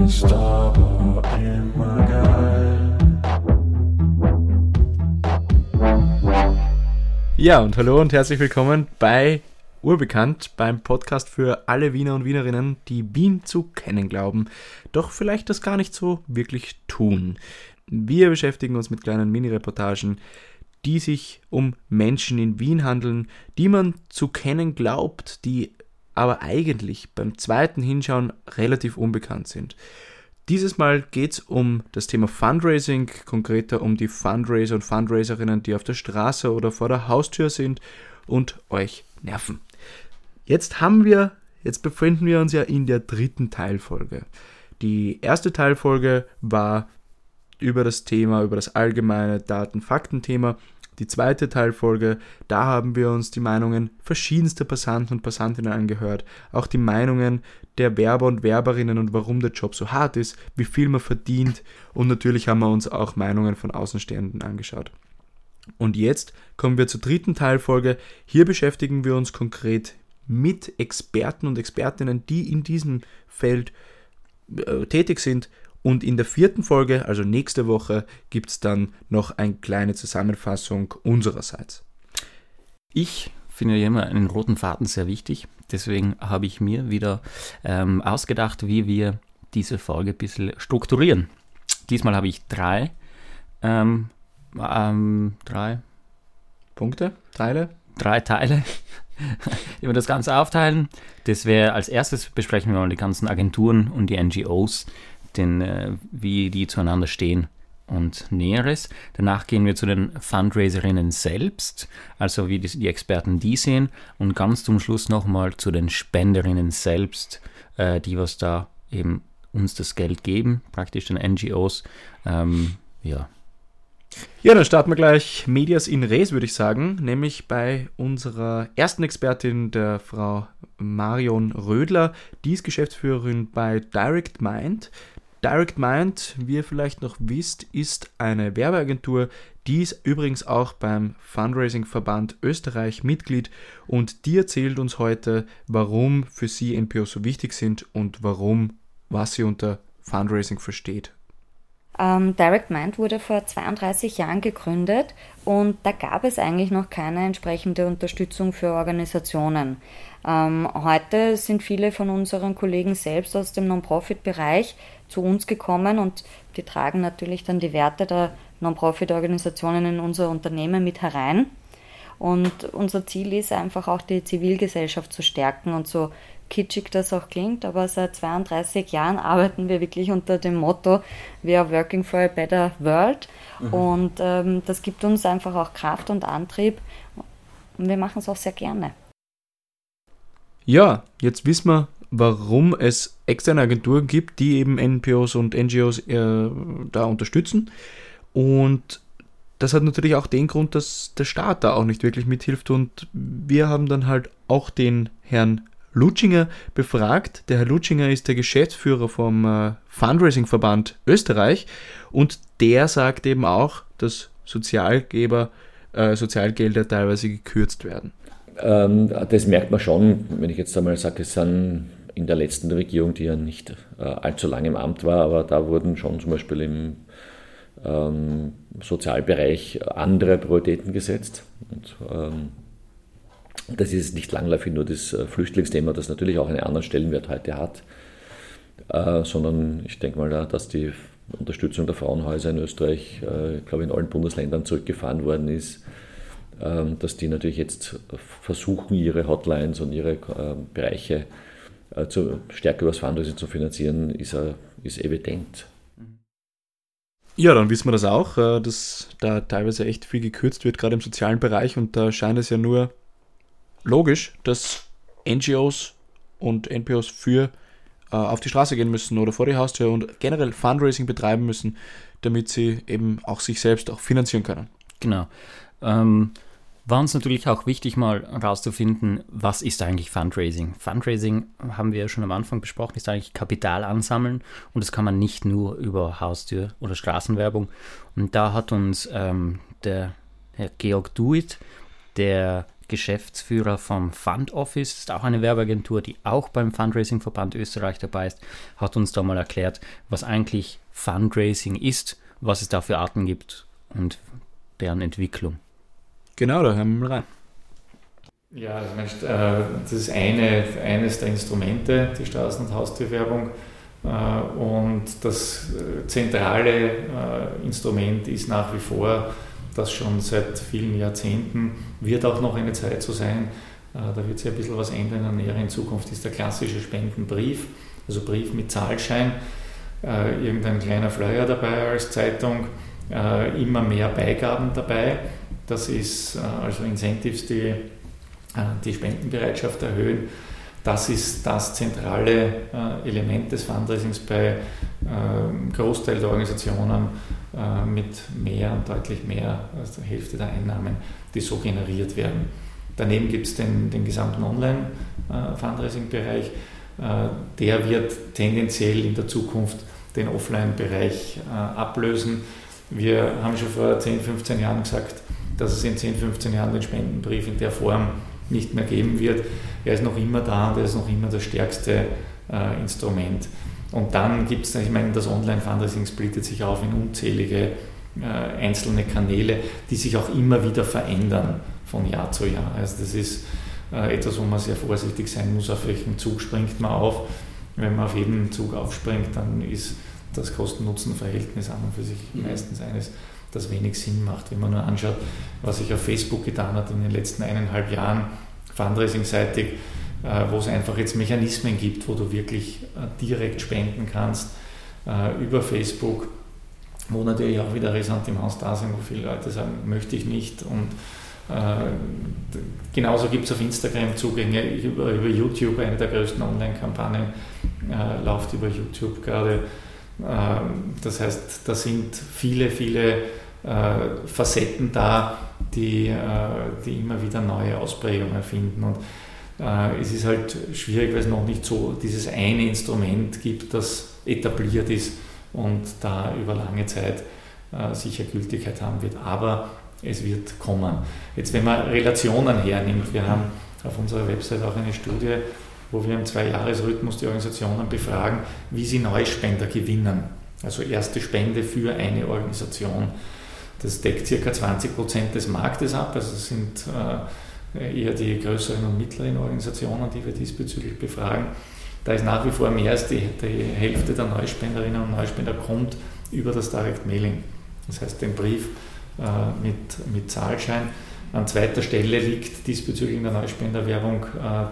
ist aber immer geil. Ja, und hallo und herzlich willkommen bei Urbekannt, beim Podcast für alle Wiener und Wienerinnen, die Wien zu kennen glauben, doch vielleicht das gar nicht so wirklich tun. Wir beschäftigen uns mit kleinen Mini-Reportagen, die sich um Menschen in Wien handeln, die man zu kennen glaubt, die aber eigentlich beim zweiten Hinschauen relativ unbekannt sind. Dieses Mal geht es um das Thema Fundraising, konkreter um die Fundraiser und Fundraiserinnen, die auf der Straße oder vor der Haustür sind und euch nerven. Jetzt befinden wir uns ja in der dritten Teilfolge. Die erste Teilfolge war über das allgemeine Daten-Fakten-Thema. Die zweite Teilfolge, da haben wir uns die Meinungen verschiedenster Passanten und Passantinnen angehört, auch die Meinungen der Werber und Werberinnen und warum der Job so hart ist, wie viel man verdient, und natürlich haben wir uns auch Meinungen von Außenstehenden angeschaut. Und jetzt kommen wir zur dritten Teilfolge. Hier beschäftigen wir uns konkret mit Experten und Expertinnen, die in diesem Feld tätig sind. Und in der vierten Folge, also nächste Woche, gibt es dann noch eine kleine Zusammenfassung unsererseits. Ich finde ja immer einen roten Faden sehr wichtig. Deswegen habe ich mir wieder ausgedacht, wie wir diese Folge ein bisschen strukturieren. Diesmal habe ich drei Punkte, Teile. Drei Teile, die wir das Ganze aufteilen. Das wäre als erstes, besprechen wir mal die ganzen Agenturen und die NGOs, wie die zueinander stehen und Näheres. Danach gehen wir zu den Fundraiserinnen selbst, also wie die Experten die sehen, und ganz zum Schluss nochmal zu den Spenderinnen selbst, die was da eben uns das Geld geben, praktisch den NGOs. Ja, dann starten wir gleich Medias in res, würde ich sagen, nämlich bei unserer ersten Expertin, der Frau Marion Rödler. Die ist Geschäftsführerin bei Direct Mind. Direct Mind, wie ihr vielleicht noch wisst, ist eine Werbeagentur, die ist übrigens auch beim Fundraising-Verband Österreich Mitglied, und die erzählt uns heute, warum für sie NPOs so wichtig sind und was sie unter Fundraising versteht. Direct Mind wurde vor 32 Jahren gegründet, und da gab es eigentlich noch keine entsprechende Unterstützung für Organisationen. Heute sind viele von unseren Kollegen selbst aus dem Non-Profit-Bereich zu uns gekommen, und die tragen natürlich dann die Werte der Non-Profit-Organisationen in unser Unternehmen mit herein. Und unser Ziel ist einfach auch, die Zivilgesellschaft zu stärken, und so kitschig das auch klingt, aber seit 32 Jahren arbeiten wir wirklich unter dem Motto We are working for a better world. Und das gibt uns einfach auch Kraft und Antrieb, und wir machen es auch sehr gerne. Ja, jetzt wissen wir, warum es externe Agenturen gibt, die eben NPOs und NGOs da unterstützen, und das hat natürlich auch den Grund, dass der Staat da auch nicht wirklich mithilft, und wir haben dann halt auch den Herrn Lutschinger befragt. Der Herr Lutschinger ist der Geschäftsführer vom Fundraising-Verband Österreich, und der sagt eben auch, dass Sozialgelder teilweise gekürzt werden. Das merkt man schon, wenn ich jetzt einmal sage, es sind in der letzten Regierung, die ja nicht allzu lange im Amt war, aber da wurden schon zum Beispiel im Sozialbereich andere Prioritäten gesetzt. Und das ist nicht langläufig nur das Flüchtlingsthema, das natürlich auch einen anderen Stellenwert heute hat, sondern ich denke mal, dass die Unterstützung der Frauenhäuser in Österreich, ich glaube in allen Bundesländern zurückgefahren worden ist, dass die natürlich jetzt versuchen, ihre Hotlines und ihre Bereiche stärker über das Fundraising zu finanzieren, ist evident. Ja, dann wissen wir das auch, dass da teilweise echt viel gekürzt wird, gerade im sozialen Bereich, und da scheint es ja nur logisch, dass NGOs und NPOs auf die Straße gehen müssen oder vor die Haustür und generell Fundraising betreiben müssen, damit sie eben auch sich selbst auch finanzieren können. Genau. War uns natürlich auch wichtig, mal herauszufinden, was ist eigentlich Fundraising? Fundraising, haben wir ja schon am Anfang besprochen, ist eigentlich Kapital ansammeln, und das kann man nicht nur über Haustür- oder Straßenwerbung. Und da hat uns der Herr Georg Duit, der Geschäftsführer vom Fund Office, das ist auch eine Werbeagentur, die auch beim Fundraising-Verband Österreich dabei ist, hat uns da mal erklärt, was eigentlich Fundraising ist, was es da für Arten gibt und deren Entwicklung. Genau, da hören wir mal rein. Ja, das ist eines der Instrumente, die Straßen- und Haustürwerbung. Und das zentrale Instrument ist nach wie vor, das schon seit vielen Jahrzehnten, wird auch noch eine Zeit so sein, da wird sich ein bisschen was ändern in der näheren Zukunft, ist der klassische Spendenbrief, also Brief mit Zahlschein, irgendein kleiner Flyer dabei als Zeitung, immer mehr Beigaben dabei. Das ist also Incentives, die Spendenbereitschaft erhöhen. Das ist das zentrale Element des Fundraisings bei Großteil der Organisationen mit mehr und deutlich mehr als der Hälfte der Einnahmen, die so generiert werden. Daneben gibt es den gesamten Online-Fundraising-Bereich. Der wird tendenziell in der Zukunft den Offline-Bereich ablösen. Wir haben schon vor 10, 15 Jahren gesagt, dass es in 10, 15 Jahren den Spendenbrief in der Form nicht mehr geben wird. Er ist noch immer da und er ist noch immer das stärkste Instrument. Und dann gibt es, das Online-Fundraising splittet sich auf in unzählige einzelne Kanäle, die sich auch immer wieder verändern von Jahr zu Jahr. Also das ist etwas, wo man sehr vorsichtig sein muss, auf welchen Zug springt man auf. Wenn man auf jeden Zug aufspringt, dann ist das Kosten-Nutzen-Verhältnis an und für sich meistens eines, das wenig Sinn macht. Wenn man nur anschaut, was sich auf Facebook getan hat in den letzten 1,5 Jahren, Fundraising-seitig, wo es einfach jetzt Mechanismen gibt, wo du wirklich direkt spenden kannst über Facebook, wo natürlich auch wieder Ressentiments da sind, wo viele Leute sagen, möchte ich nicht. Und genauso gibt es auf Instagram Zugänge über YouTube, eine der größten Online-Kampagnen läuft über YouTube gerade. Das heißt, da sind viele Facetten da, die immer wieder neue Ausprägungen finden. Und es ist halt schwierig, weil es noch nicht so dieses eine Instrument gibt, das etabliert ist und da über lange Zeit sicher Gültigkeit haben wird. Aber es wird kommen. Jetzt, wenn man Relationen hernimmt, wir haben auf unserer Website auch eine Studie, wo wir im 2-Jahres-Rhythmus die Organisationen befragen, wie sie Neuspender gewinnen. Also erste Spende für eine Organisation. Das deckt ca. 20% des Marktes ab, also es sind eher die größeren und mittleren Organisationen, die wir diesbezüglich befragen. Da ist nach wie vor mehr als die Hälfte der Neuspenderinnen und Neuspender kommt über das Direct Mailing. Das heißt, den Brief mit Zahlschein. An zweiter Stelle liegt diesbezüglich in der Neuspenderwerbung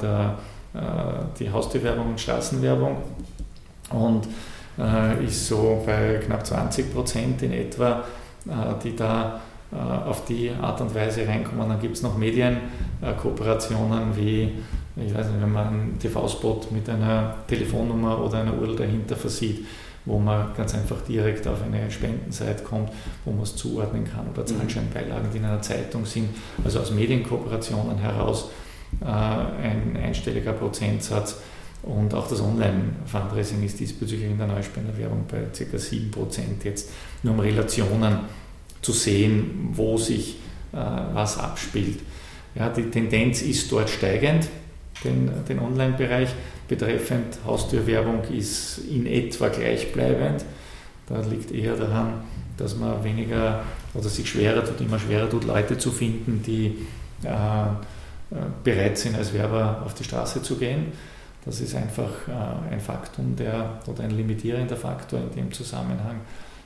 die Haustürwerbung und Straßenwerbung und ist so bei knapp 20% in etwa, die da auf die Art und Weise reinkommen. Dann gibt es noch Medienkooperationen wie, ich weiß nicht, wenn man einen TV-Spot mit einer Telefonnummer oder einer URL dahinter versieht, wo man ganz einfach direkt auf eine Spendenseite kommt, wo man es zuordnen kann, oder Zahlscheinbeilagen, die in einer Zeitung sind. Also aus Medienkooperationen heraus ein einstelliger Prozentsatz. Und auch das Online-Fundraising ist diesbezüglich in der Neuspenderwerbung bei ca. 7% jetzt, nur um Relationen zu sehen, wo sich was abspielt. Ja, die Tendenz ist dort steigend, den Online-Bereich. Betreffend Haustürwerbung ist in etwa gleichbleibend. Da liegt eher daran, dass man weniger oder sich immer schwerer tut, Leute zu finden, die bereit sind, als Werber auf die Straße zu gehen. Das ist einfach ein Faktum oder ein limitierender Faktor in dem Zusammenhang.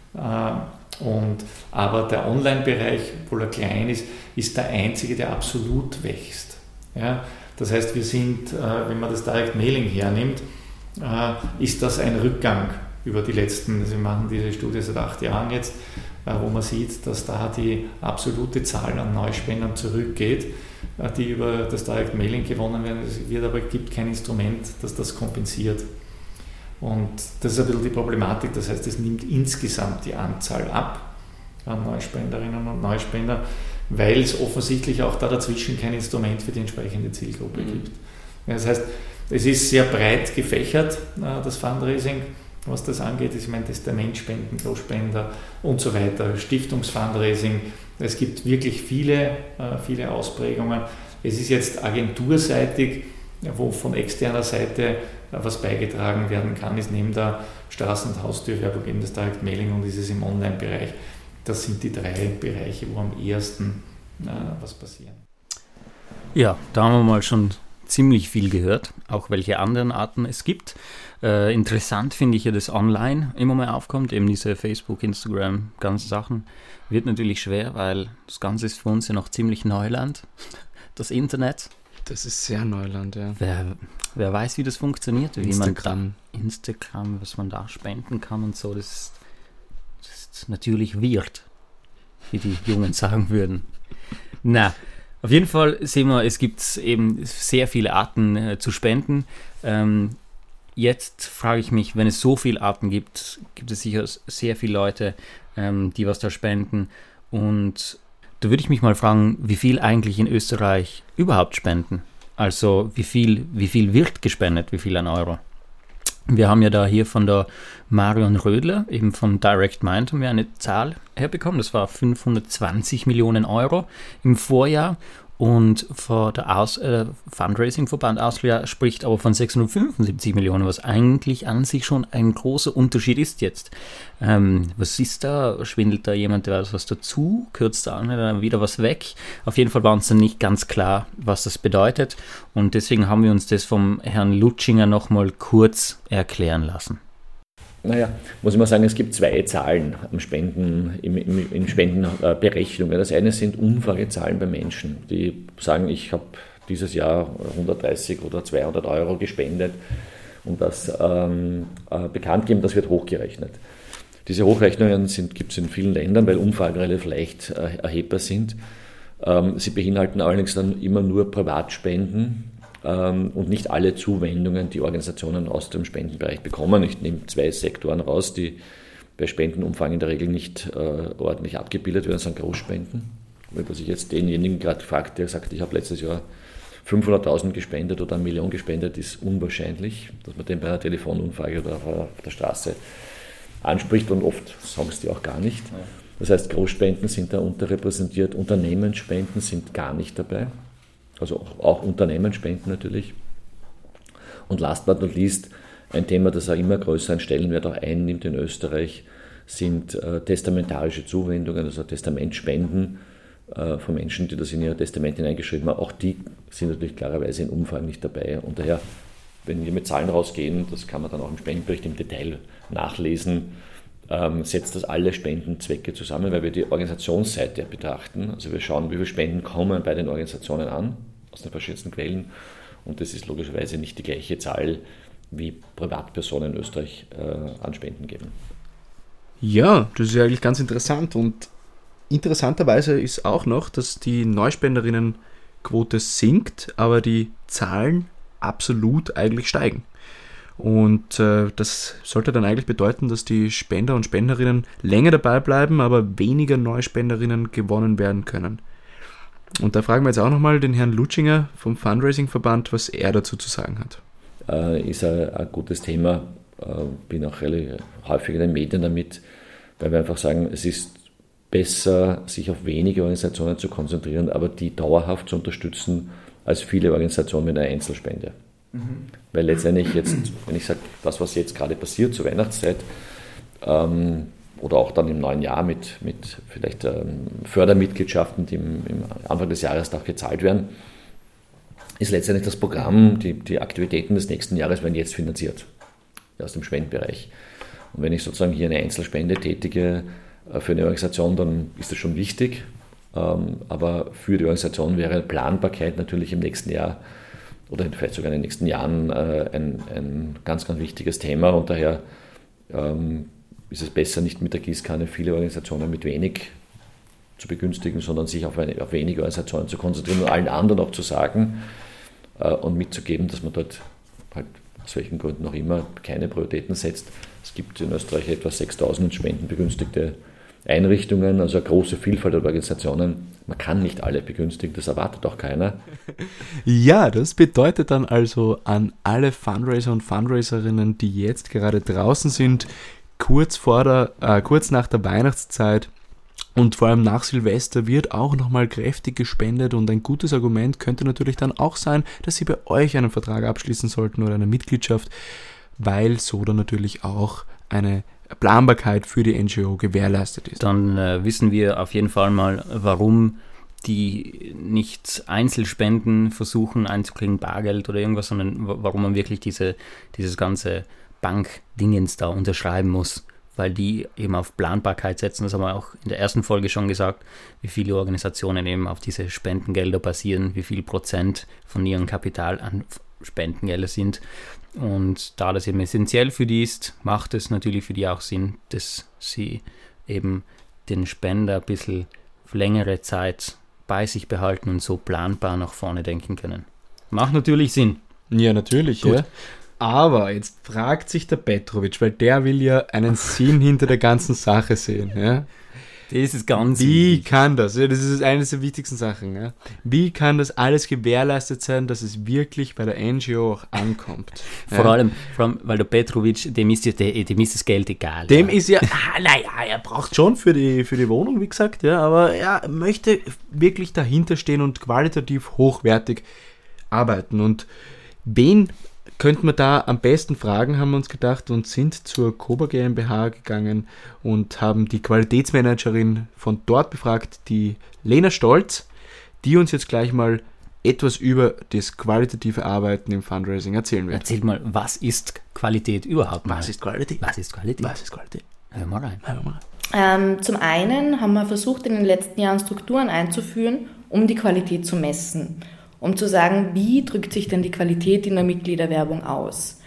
Aber der Online-Bereich, obwohl er klein ist der einzige, der absolut wächst. Ja? Das heißt, wir sind, wenn man das Direct Mailing hernimmt, ist das ein Rückgang über die letzten, also wir machen diese Studie seit 8 Jahren jetzt, wo man sieht, dass da die absolute Zahl an Neuspendern zurückgeht, die über das Direct Mailing gewonnen werden. Es gibt kein Instrument, das das kompensiert. Und das ist ein bisschen die Problematik, das heißt, es nimmt insgesamt die Anzahl ab an Neuspenderinnen und Neuspender, weil es offensichtlich auch da dazwischen kein Instrument für die entsprechende Zielgruppe gibt. Ja, das heißt, es ist sehr breit gefächert, das Fundraising, was das angeht. Ich meine, Testamentspenden, Großspender und so weiter, Stiftungsfundraising. Es gibt wirklich viele Ausprägungen, Es ist jetzt agenturseitig, wo von externer Seite was beigetragen werden kann, ist neben der Straßen- und Haustürwerbung eben das Direct Mailing und ist es im Online-Bereich. Das sind die 3 Bereiche, wo am ehesten was passieren. Ja, da haben wir mal schon ziemlich viel gehört, auch welche anderen Arten es gibt. Interessant finde ich ja, dass online immer mehr aufkommt, eben diese Facebook, Instagram, ganze Sachen. Wird natürlich schwer, weil das Ganze ist für uns ja noch ziemlich Neuland, das Internet. Das ist sehr Neuland, ja. Wer weiß, wie das funktioniert, wie Instagram. Instagram, was man da spenden kann und so, das ist natürlich weird, wie die Jungen sagen würden. Na, auf jeden Fall sehen wir, es gibt eben sehr viele Arten zu spenden. Jetzt frage ich mich, wenn es so viele Arten gibt, gibt es sicher sehr viele Leute, die was da spenden. Und da würde ich mich mal fragen, wie viel eigentlich in Österreich überhaupt spenden. Also wie viel wird gespendet, wie viel an Euro? Wir haben ja da hier von der Marion Rödler, eben von Direct Mind, haben wir eine Zahl herbekommen. Das war 520 Millionen Euro im Vorjahr. Und vor der Fundraising-Verband Austria spricht aber von 675 Millionen, was eigentlich an sich schon ein großer Unterschied ist jetzt. Was ist da? Schwindelt da jemand was dazu? Kürzt da wieder was weg? Auf jeden Fall war uns dann nicht ganz klar, was das bedeutet. Und deswegen haben wir uns das vom Herrn Lutschinger nochmal kurz erklären lassen. Naja, muss ich mal sagen, es gibt 2 Zahlen am Spenden, in Spendenberechnungen. Das eine sind Umfragezahlen bei Menschen, die sagen, ich habe dieses Jahr 130 oder 200 Euro gespendet und das bekannt geben, das wird hochgerechnet. Diese Hochrechnungen gibt es in vielen Ländern, weil Umfragen relativ leicht erhebbar sind. Sie beinhalten allerdings dann immer nur Privatspenden und nicht alle Zuwendungen, die Organisationen aus dem Spendenbereich bekommen. Ich nehme 2 Sektoren raus, die bei Spendenumfang in der Regel nicht ordentlich abgebildet werden, das sind Großspenden. Was ich jetzt denjenigen gerade fragt, der sagt, ich habe letztes Jahr 500.000 gespendet oder 1 Million gespendet, ist unwahrscheinlich, dass man den bei einer Telefonumfrage oder auf der Straße anspricht und oft sagen es die auch gar nicht. Das heißt, Großspenden sind da unterrepräsentiert, Unternehmensspenden sind gar nicht dabei. Also auch Unternehmensspenden natürlich. Und last but not least, ein Thema, das auch immer größeren Stellenwert auch einnimmt in Österreich, sind testamentarische Zuwendungen, also Testamentspenden von Menschen, die das in ihr Testament hineingeschrieben haben. Auch die sind natürlich klarerweise in Umfragen nicht dabei. Und daher, wenn wir mit Zahlen rausgehen, das kann man dann auch im Spendenbericht im Detail nachlesen, setzt das alle Spendenzwecke zusammen, weil wir die Organisationsseite betrachten. Also wir schauen, wie viele Spenden kommen bei den Organisationen an, aus den verschiedensten Quellen. Und das ist logischerweise nicht die gleiche Zahl, wie Privatpersonen in Österreich an Spenden geben. Ja, das ist ja eigentlich ganz interessant. Und interessanterweise ist auch noch, dass die Neuspenderinnenquote sinkt, aber die Zahlen absolut eigentlich steigen. Und das sollte dann eigentlich bedeuten, dass die Spender und Spenderinnen länger dabei bleiben, aber weniger Neuspenderinnen gewonnen werden können. Und da fragen wir jetzt auch nochmal den Herrn Lutschinger vom Fundraising-Verband, was er dazu zu sagen hat. Ist ein gutes Thema, bin auch relativ häufig in den Medien damit, weil wir einfach sagen, es ist besser, sich auf wenige Organisationen zu konzentrieren, aber die dauerhaft zu unterstützen, als viele Organisationen mit einer Einzelspende. Weil letztendlich jetzt, wenn ich sage, das, was jetzt gerade passiert zur Weihnachtszeit oder auch dann im neuen Jahr mit vielleicht Fördermitgliedschaften, die im Anfang des Jahres auch gezahlt werden, ist letztendlich das Programm, die Aktivitäten des nächsten Jahres werden jetzt finanziert aus dem Spendenbereich. Und wenn ich sozusagen hier eine Einzelspende tätige für eine Organisation, dann ist das schon wichtig, aber für die Organisation wäre Planbarkeit natürlich im nächsten Jahr oder vielleicht sogar in den nächsten Jahren ein ganz, ganz wichtiges Thema und daher ist es besser, nicht mit der Gießkanne viele Organisationen mit wenig zu begünstigen, sondern sich auf wenige Organisationen zu konzentrieren und allen anderen auch zu sagen und mitzugeben, dass man dort halt aus welchen Gründen auch immer keine Prioritäten setzt. Es gibt in Österreich etwa 6.000 spendenbegünstigte Einrichtungen, also eine große Vielfalt der Organisationen. Man kann nicht alle begünstigen, das erwartet auch keiner. Ja, das bedeutet dann also an alle Fundraiser und Fundraiserinnen, die jetzt gerade draußen sind, kurz nach der Weihnachtszeit, Und vor allem nach Silvester wird auch nochmal kräftig gespendet und ein gutes Argument könnte natürlich dann auch sein, dass Sie bei euch einen Vertrag abschließen sollten oder eine Mitgliedschaft, weil so dann natürlich auch eine Planbarkeit für die NGO gewährleistet ist. Dann wissen wir auf jeden Fall mal, warum die nicht Einzelspenden versuchen einzukriegen, Bargeld oder irgendwas, sondern warum man wirklich dieses ganze Bankdingens da unterschreiben muss, weil die eben auf Planbarkeit setzen. Das haben wir auch in der ersten Folge schon gesagt, wie viele Organisationen eben auf diese Spendengelder basieren, wie viel Prozent von ihrem Kapital an Spendengelder sind. Und da das eben essentiell für die ist, macht es natürlich für die auch Sinn, dass sie eben den Spender ein bisschen für längere Zeit bei sich behalten und so planbar nach vorne denken können. Macht natürlich Sinn. Ja, natürlich. Gut. Ja. Aber jetzt fragt sich der Petrovic, weil der will ja einen Sinn hinter der ganzen Sache sehen. Ja? Das ist ganz Wie wichtig. kann das? Ja, das ist eine der wichtigsten Sachen. Ja? Wie kann das alles gewährleistet sein, dass es wirklich bei der NGO auch ankommt? Vor allem, weil der Petrovic, dem ist das Geld egal. Dem ist ja, naja, er braucht schon für die Wohnung, wie gesagt, ja, aber er möchte wirklich dahinter stehen und qualitativ hochwertig arbeiten. Und wen könnten wir da am besten fragen, haben wir uns gedacht und sind zur Koba GmbH gegangen und haben die Qualitätsmanagerin von dort befragt, die Lena Stolz, die uns jetzt gleich mal etwas über das qualitative Arbeiten im Fundraising erzählen wird. Erzähl mal, was ist Qualität überhaupt mal? Was ist Qualität? Was ist Qualität? Was ist Qualität? Hör mal rein. Hören wir mal. Zum einen haben wir versucht, in den letzten Jahren Strukturen einzuführen, um die Qualität zu messen. Um zu sagen, wie drückt sich denn die Qualität in der Mitgliederwerbung aus?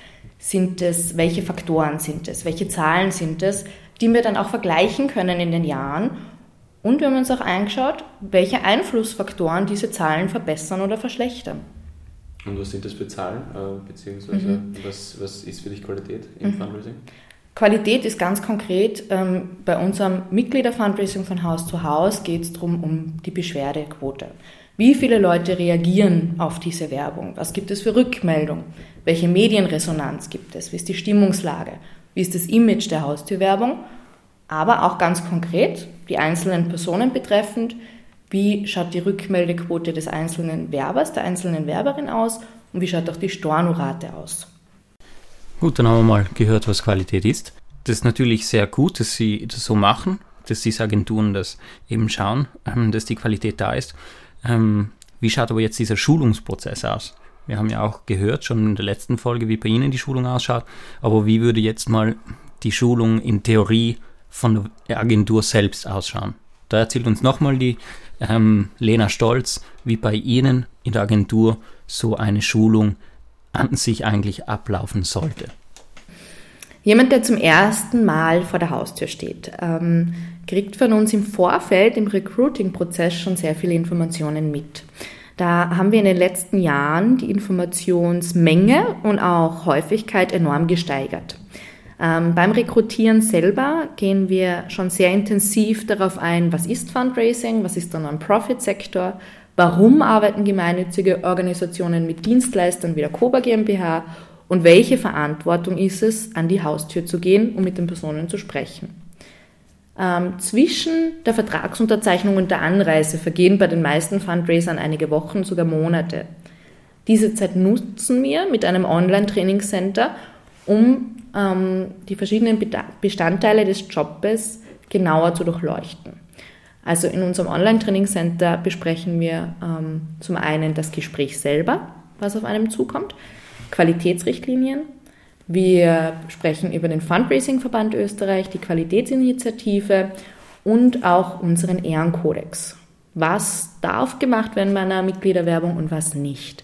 Welche Faktoren sind es? Welche Zahlen sind es, die wir dann auch vergleichen können in den Jahren? Und wir haben uns auch angeschaut, welche Einflussfaktoren diese Zahlen verbessern oder verschlechtern. Und was sind das für Zahlen, beziehungsweise was ist für dich Qualität im Fundraising? Qualität ist ganz konkret, bei unserem Mitgliederfundraising von Haus zu Haus geht es darum, um die Beschwerdequote. Wie viele Leute reagieren auf diese Werbung? Was gibt es für Rückmeldung? Welche Medienresonanz gibt es? Wie ist die Stimmungslage? Wie ist das Image der Haustürwerbung? Aber auch ganz konkret, die einzelnen Personen betreffend, wie schaut die Rückmeldequote des einzelnen Werbers, der einzelnen Werberin aus und wie schaut auch die Stornorate aus? Gut, dann haben wir mal gehört, was Qualität ist. Das ist natürlich sehr gut, dass Sie das so machen, dass diese Agenturen das eben schauen, dass die Qualität da ist. Wie schaut aber jetzt dieser Schulungsprozess aus? Wir haben ja auch gehört, schon in der letzten Folge, wie bei Ihnen die Schulung ausschaut, aber wie würde jetzt mal die Schulung in Theorie von der Agentur selbst ausschauen? Da erzählt uns nochmal die Lena Stolz, wie bei Ihnen in der Agentur so eine Schulung an sich eigentlich ablaufen sollte. Jemand, der zum ersten Mal vor der Haustür steht, kriegt von uns im Vorfeld, im Recruiting-Prozess schon sehr viele Informationen mit. Da haben wir in den letzten Jahren die Informationsmenge und auch Häufigkeit enorm gesteigert. Beim Rekrutieren selber gehen wir schon sehr intensiv darauf ein, was ist Fundraising, was ist der Non-Profit-Sektor, warum arbeiten gemeinnützige Organisationen mit Dienstleistern wie der Koba GmbH und welche Verantwortung ist es, an die Haustür zu gehen, um mit den Personen zu sprechen. Zwischen der Vertragsunterzeichnung und der Anreise vergehen bei den meisten Fundraisern einige Wochen, sogar Monate. Diese Zeit nutzen wir mit einem Online-Trainingscenter, um die verschiedenen Bestandteile des Jobs genauer zu durchleuchten. Also in unserem Online-Trainingscenter besprechen wir zum einen das Gespräch selber, was auf einem zukommt, Qualitätsrichtlinien. Wir sprechen über den Fundraising-Verband Österreich, die Qualitätsinitiative und auch unseren Ehrenkodex. Was darf gemacht werden bei einer Mitgliederwerbung und was nicht.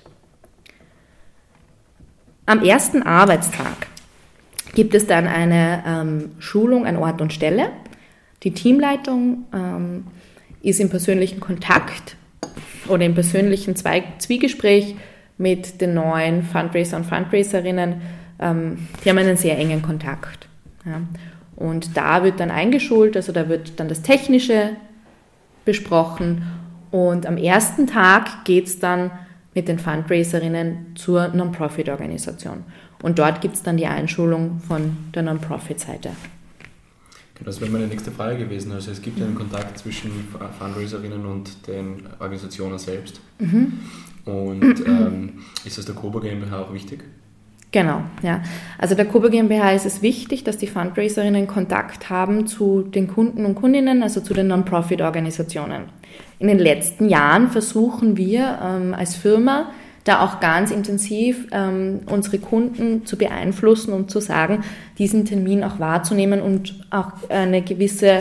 Am ersten Arbeitstag gibt es dann eine Schulung an Ort und Stelle. Die Teamleitung ist im persönlichen Kontakt oder im persönlichen Zwiegespräch mit den neuen Fundraiser und Fundraiserinnen. Die haben einen sehr engen Kontakt. Ja. Und da wird dann eingeschult, also da wird dann das Technische besprochen. Und am ersten Tag geht es dann mit den Fundraiserinnen zur Non-Profit-Organisation. Und dort gibt es dann die Einschulung von der Non-Profit-Seite. Das wäre meine nächste Frage gewesen. Also es gibt einen Kontakt zwischen Fundraiserinnen und den Organisationen selbst. Und ist das der Koba GmbH auch wichtig? Genau, ja. Also der Koba GmbH ist es wichtig, dass die Fundraiserinnen Kontakt haben zu den Kunden und Kundinnen, also zu den Non-Profit-Organisationen. In den letzten Jahren versuchen wir als Firma da auch ganz intensiv unsere Kunden zu beeinflussen und zu sagen, diesen Termin auch wahrzunehmen und auch eine gewisse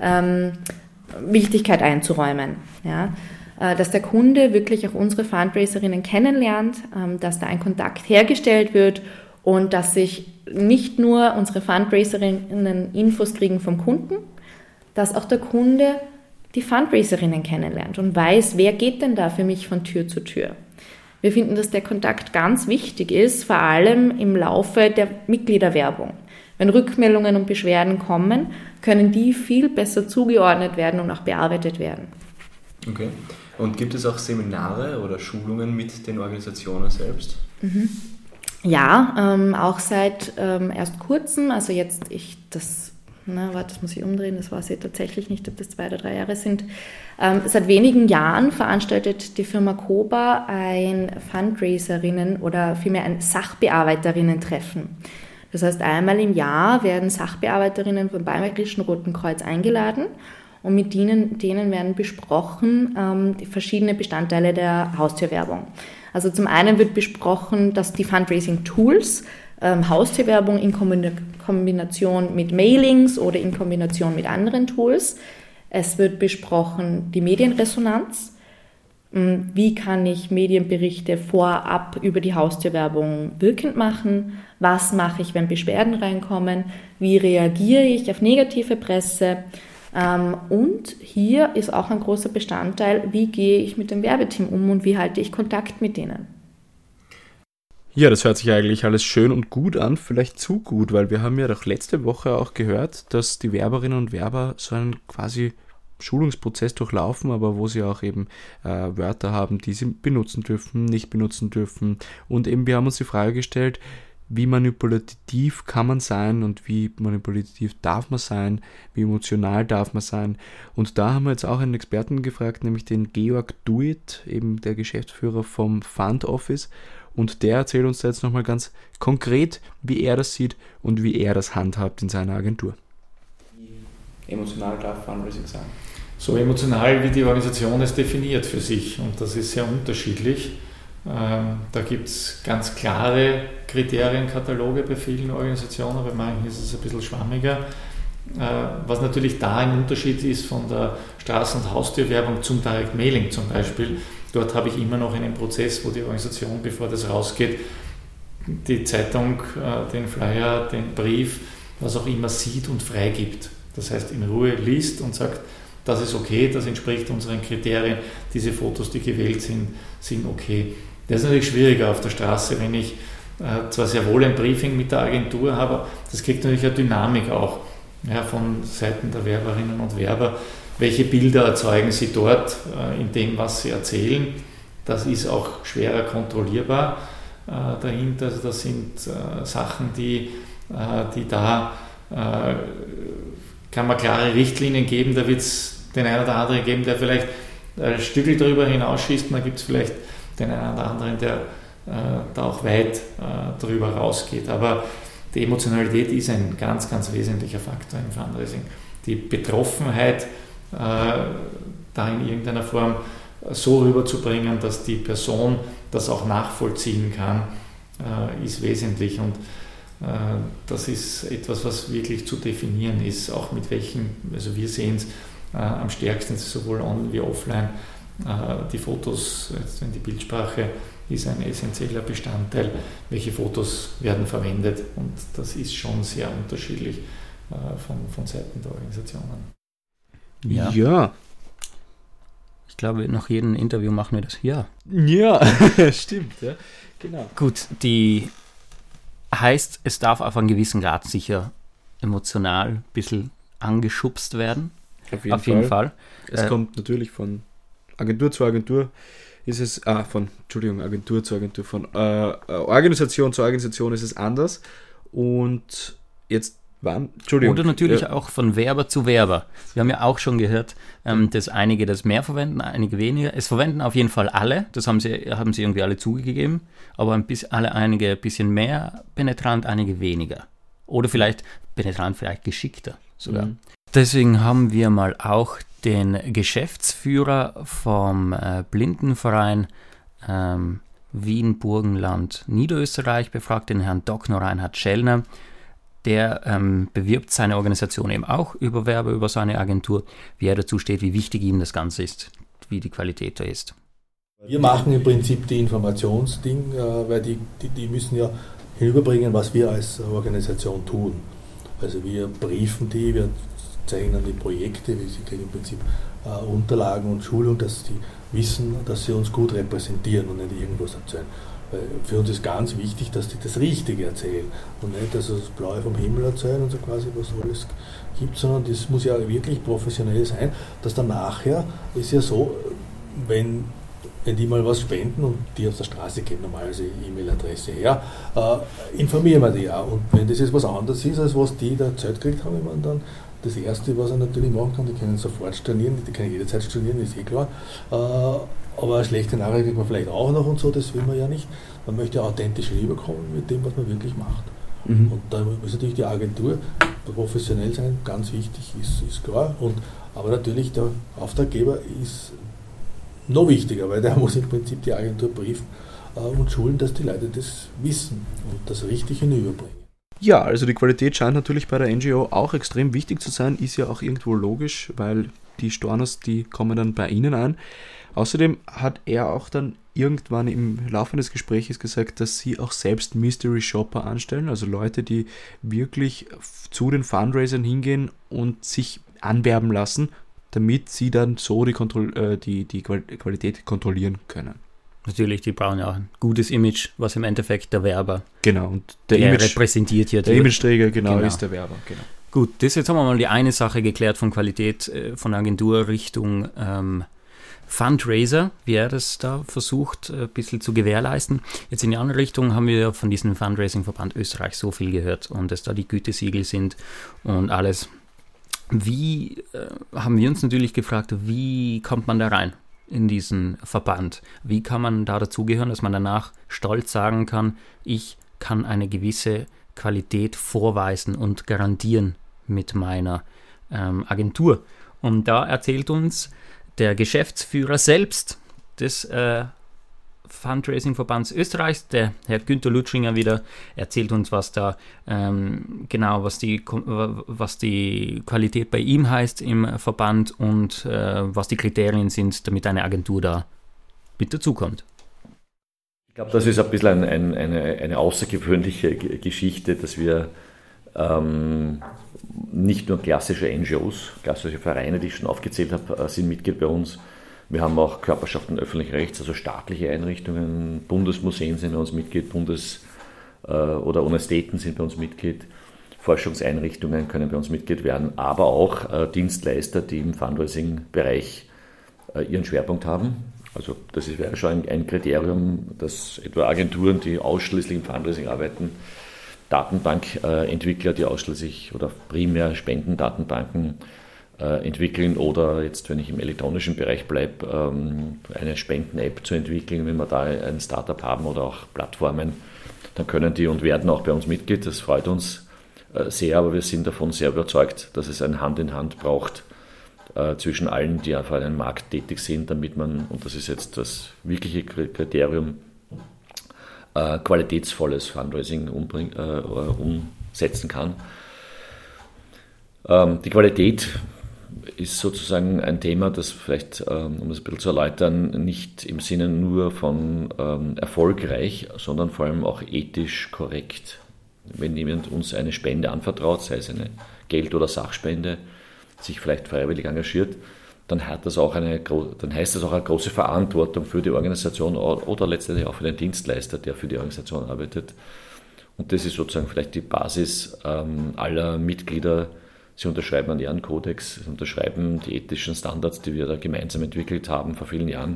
Wichtigkeit einzuräumen. Ja? Dass der Kunde wirklich auch unsere Fundraiserinnen kennenlernt, dass da ein Kontakt hergestellt wird und dass sich nicht nur unsere Fundraiserinnen Infos kriegen vom Kunden, dass auch der Kunde die Fundraiserinnen kennenlernt und weiß, wer geht denn da für mich von Tür zu Tür. Wir finden, dass der Kontakt ganz wichtig ist, vor allem im Laufe der Mitgliederwerbung. Wenn Rückmeldungen und Beschwerden kommen, können die viel besser zugeordnet werden und auch bearbeitet werden. Okay. Und gibt es auch Seminare oder Schulungen mit den Organisationen selbst? Ja, auch seit erst kurzem, also jetzt das muss ich umdrehen, das weiß ich tatsächlich nicht, ob das 2 oder 3 Jahre sind. Seit wenigen Jahren veranstaltet die Firma Koba ein Fundraiserinnen oder vielmehr ein Sachbearbeiterinnen-Treffen. Das heißt, einmal im Jahr werden Sachbearbeiterinnen vom Bayerischen Roten Kreuz eingeladen und mit denen werden besprochen die verschiedenen Bestandteile der Haustürwerbung. Also zum einen wird besprochen, dass die Fundraising-Tools, Haustürwerbung in Kombination mit Mailings oder in Kombination mit anderen Tools. Es wird besprochen die Medienresonanz. Wie kann ich Medienberichte vorab über die Haustürwerbung wirkend machen? Was mache ich, wenn Beschwerden reinkommen? Wie reagiere ich auf negative Presse? Und hier ist auch ein großer Bestandteil, wie gehe ich mit dem Werbeteam um und wie halte ich Kontakt mit denen? Ja, das hört sich eigentlich alles schön und gut an, vielleicht zu gut, weil wir haben ja doch letzte Woche auch gehört, dass die Werberinnen und Werber so einen quasi Schulungsprozess durchlaufen, aber wo sie auch eben Wörter haben, die sie benutzen dürfen, nicht benutzen dürfen. Und eben wir haben uns die Frage gestellt, wie manipulativ kann man sein und wie manipulativ darf man sein, wie emotional darf man sein. Und da haben wir jetzt auch einen Experten gefragt, nämlich den Georg Duit, eben der Geschäftsführer vom Fund Office. Und der erzählt uns da jetzt nochmal ganz konkret, wie er das sieht und wie er das handhabt in seiner Agentur. Wie emotional darf Fundraising sein? So emotional, wie die Organisation es definiert für sich. Und das ist sehr unterschiedlich. Da gibt es ganz klare Kriterienkataloge bei vielen Organisationen, bei manchen ist es ein bisschen schwammiger. Was natürlich da ein Unterschied ist von der Straßen- und Haustürwerbung zum Direct Mailing zum Beispiel. Dort habe ich immer noch einen Prozess, wo die Organisation, bevor das rausgeht, die Zeitung, den Flyer, den Brief, was auch immer sieht und freigibt. Das heißt, in Ruhe liest und sagt, das ist okay, das entspricht unseren Kriterien, diese Fotos, die gewählt sind okay. Das ist natürlich schwieriger auf der Straße, wenn ich zwar sehr wohl ein Briefing mit der Agentur habe, aber das kriegt natürlich eine Dynamik auch von Seiten der Werberinnen und Werber. Welche Bilder erzeugen sie dort in dem, was sie erzählen? Das ist auch schwerer kontrollierbar dahinter. Also das sind Sachen, die da kann man klare Richtlinien geben. Da wird es den einen oder anderen geben, der vielleicht ein Stückchen darüber hinausschießt. Und dann gibt es vielleicht den einen oder anderen, der da auch weit darüber rausgeht. Aber die Emotionalität ist ein ganz, ganz wesentlicher Faktor im Fundraising. Die Betroffenheit da in irgendeiner Form so rüberzubringen, dass die Person das auch nachvollziehen kann, ist wesentlich. Und das ist etwas, was wirklich zu definieren ist, auch mit welchen, also wir sehen es am stärksten, sowohl on wie offline. Die Fotos, die Bildsprache ist ein essentieller Bestandteil. Welche Fotos werden verwendet? Und das ist schon sehr unterschiedlich von Seiten der Organisationen. Ja. Ich glaube, nach jedem Interview machen wir das. Ja, Stimmt, ja, genau. Gut, die heißt, es darf auf einen gewissen Grad sicher emotional ein bisschen angeschubst werden. Auf jeden Fall. Es kommt natürlich von Agentur zu Agentur, Agentur zu Agentur, von Organisation zu Organisation ist es anders. Und jetzt Entschuldigung. Oder natürlich auch von Werber zu Werber. Wir haben ja auch schon gehört, dass einige das mehr verwenden, einige weniger. Es verwenden auf jeden Fall alle, das haben sie irgendwie alle zugegeben, aber einige ein bisschen mehr penetrant, einige weniger. Oder vielleicht penetrant, vielleicht geschickter sogar. Mhm. Deswegen haben wir mal auch den Geschäftsführer vom Blindenverein Wien-Burgenland Niederösterreich befragt, den Herrn Dr. Reinhard Schellner. Der bewirbt seine Organisation eben auch über Werbe, über seine Agentur, wie er dazu steht, wie wichtig ihm das Ganze ist, wie die Qualität da ist. Wir machen im Prinzip die Informationsding, weil die müssen ja hinüberbringen, was wir als Organisation tun. Also wir briefen die, wir zeigen dann die Projekte, sie kriegen im Prinzip Unterlagen und Schulung, dass die wissen, dass sie uns gut repräsentieren und nicht irgendwas erzählen. Weil für uns ist ganz wichtig, dass die das Richtige erzählen und nicht, dass sie das Blaue vom Himmel erzählen und so quasi, was alles gibt, sondern das muss ja wirklich professionell sein, dass dann nachher ist ja so, wenn die mal was spenden und die auf der Straße geben normalerweise E-Mail-Adresse her, informieren wir die auch. Und wenn das jetzt was anderes ist, als was die da erzählt gekriegt haben, ich meine, dann das Erste, was er natürlich machen kann, die können sofort stornieren, die können jederzeit stornieren, ist eh klar. Aber eine schlechte Nachricht kriegt man vielleicht auch noch und so, das will man ja nicht. Man möchte ja authentisch rüberkommen mit dem, was man wirklich macht. Mhm. Und da ist natürlich die Agentur professionell sein, ganz wichtig, ist klar. Aber natürlich der Auftraggeber ist noch wichtiger, weil der muss im Prinzip die Agentur briefen und schulen, dass die Leute das wissen und das richtig hinüberbringen. Ja, also die Qualität scheint natürlich bei der NGO auch extrem wichtig zu sein, ist ja auch irgendwo logisch, weil die Stornos, die kommen dann bei Ihnen ein. Außerdem hat er auch dann irgendwann im Laufe des Gesprächs gesagt, dass Sie auch selbst Mystery Shopper anstellen, also Leute, die wirklich zu den Fundraisern hingehen und sich anwerben lassen, damit sie dann so die Qualität kontrollieren können. Natürlich, die brauchen ja auch ein gutes Image, was im Endeffekt der Werber genau, und der repräsentiert hier. Der Imageträger genau ist der Werber. Genau. Gut, jetzt haben wir mal die eine Sache geklärt von Qualität von Agentur Richtung Fundraiser, wie er das da versucht, ein bisschen zu gewährleisten. Jetzt in die andere Richtung haben wir von diesem Fundraising-Verband Österreich so viel gehört und dass da die Gütesiegel sind und alles. Wie haben wir uns natürlich gefragt, wie kommt man da rein in diesen Verband? Wie kann man da dazugehören, dass man danach stolz sagen kann, ich kann eine gewisse Qualität vorweisen und garantieren mit meiner Agentur? Und da erzählt uns der Geschäftsführer selbst des Fundraising-Verbands Österreichs, der Herr Günther Lutschinger wieder, erzählt uns, was da was die Qualität bei ihm heißt im Verband und was die Kriterien sind, damit eine Agentur da mit dazukommt. Ich glaube, das ist ein bisschen eine außergewöhnliche Geschichte, dass wir nicht nur klassische NGOs, klassische Vereine, die ich schon aufgezählt habe, sind Mitglied bei uns. Wir haben auch Körperschaften öffentlichen Rechts, also staatliche Einrichtungen, Bundesmuseen sind bei uns Mitglied, oder Universitäten sind bei uns Mitglied, Forschungseinrichtungen können bei uns Mitglied werden, aber auch Dienstleister, die im Fundraising-Bereich ihren Schwerpunkt haben. Also das wäre schon ein Kriterium, dass etwa Agenturen, die ausschließlich im Fundraising arbeiten, Datenbankentwickler, die ausschließlich oder primär Spendendatenbanken entwickeln oder jetzt, wenn ich im elektronischen Bereich bleibe, eine Spenden-App zu entwickeln, wenn wir da ein Startup haben oder auch Plattformen, dann können die und werden auch bei uns Mitglied. Das freut uns sehr, aber wir sind davon sehr überzeugt, dass es ein Hand in Hand braucht zwischen allen, die auf einem Markt tätig sind, damit man, und das ist jetzt das wirkliche Kriterium, qualitätsvolles Fundraising umsetzen kann. Die Qualität ist sozusagen ein Thema, das vielleicht, um das ein bisschen zu erläutern, nicht im Sinne nur von erfolgreich, sondern vor allem auch ethisch korrekt. Wenn jemand uns eine Spende anvertraut, sei es eine Geld- oder Sachspende, sich vielleicht freiwillig engagiert, dann heißt das auch eine große Verantwortung für die Organisation oder letztendlich auch für den Dienstleister, der für die Organisation arbeitet. Und das ist sozusagen vielleicht die Basis aller Mitglieder. Sie unterschreiben einen Ehrenkodex, sie unterschreiben die ethischen Standards, die wir da gemeinsam entwickelt haben vor vielen Jahren.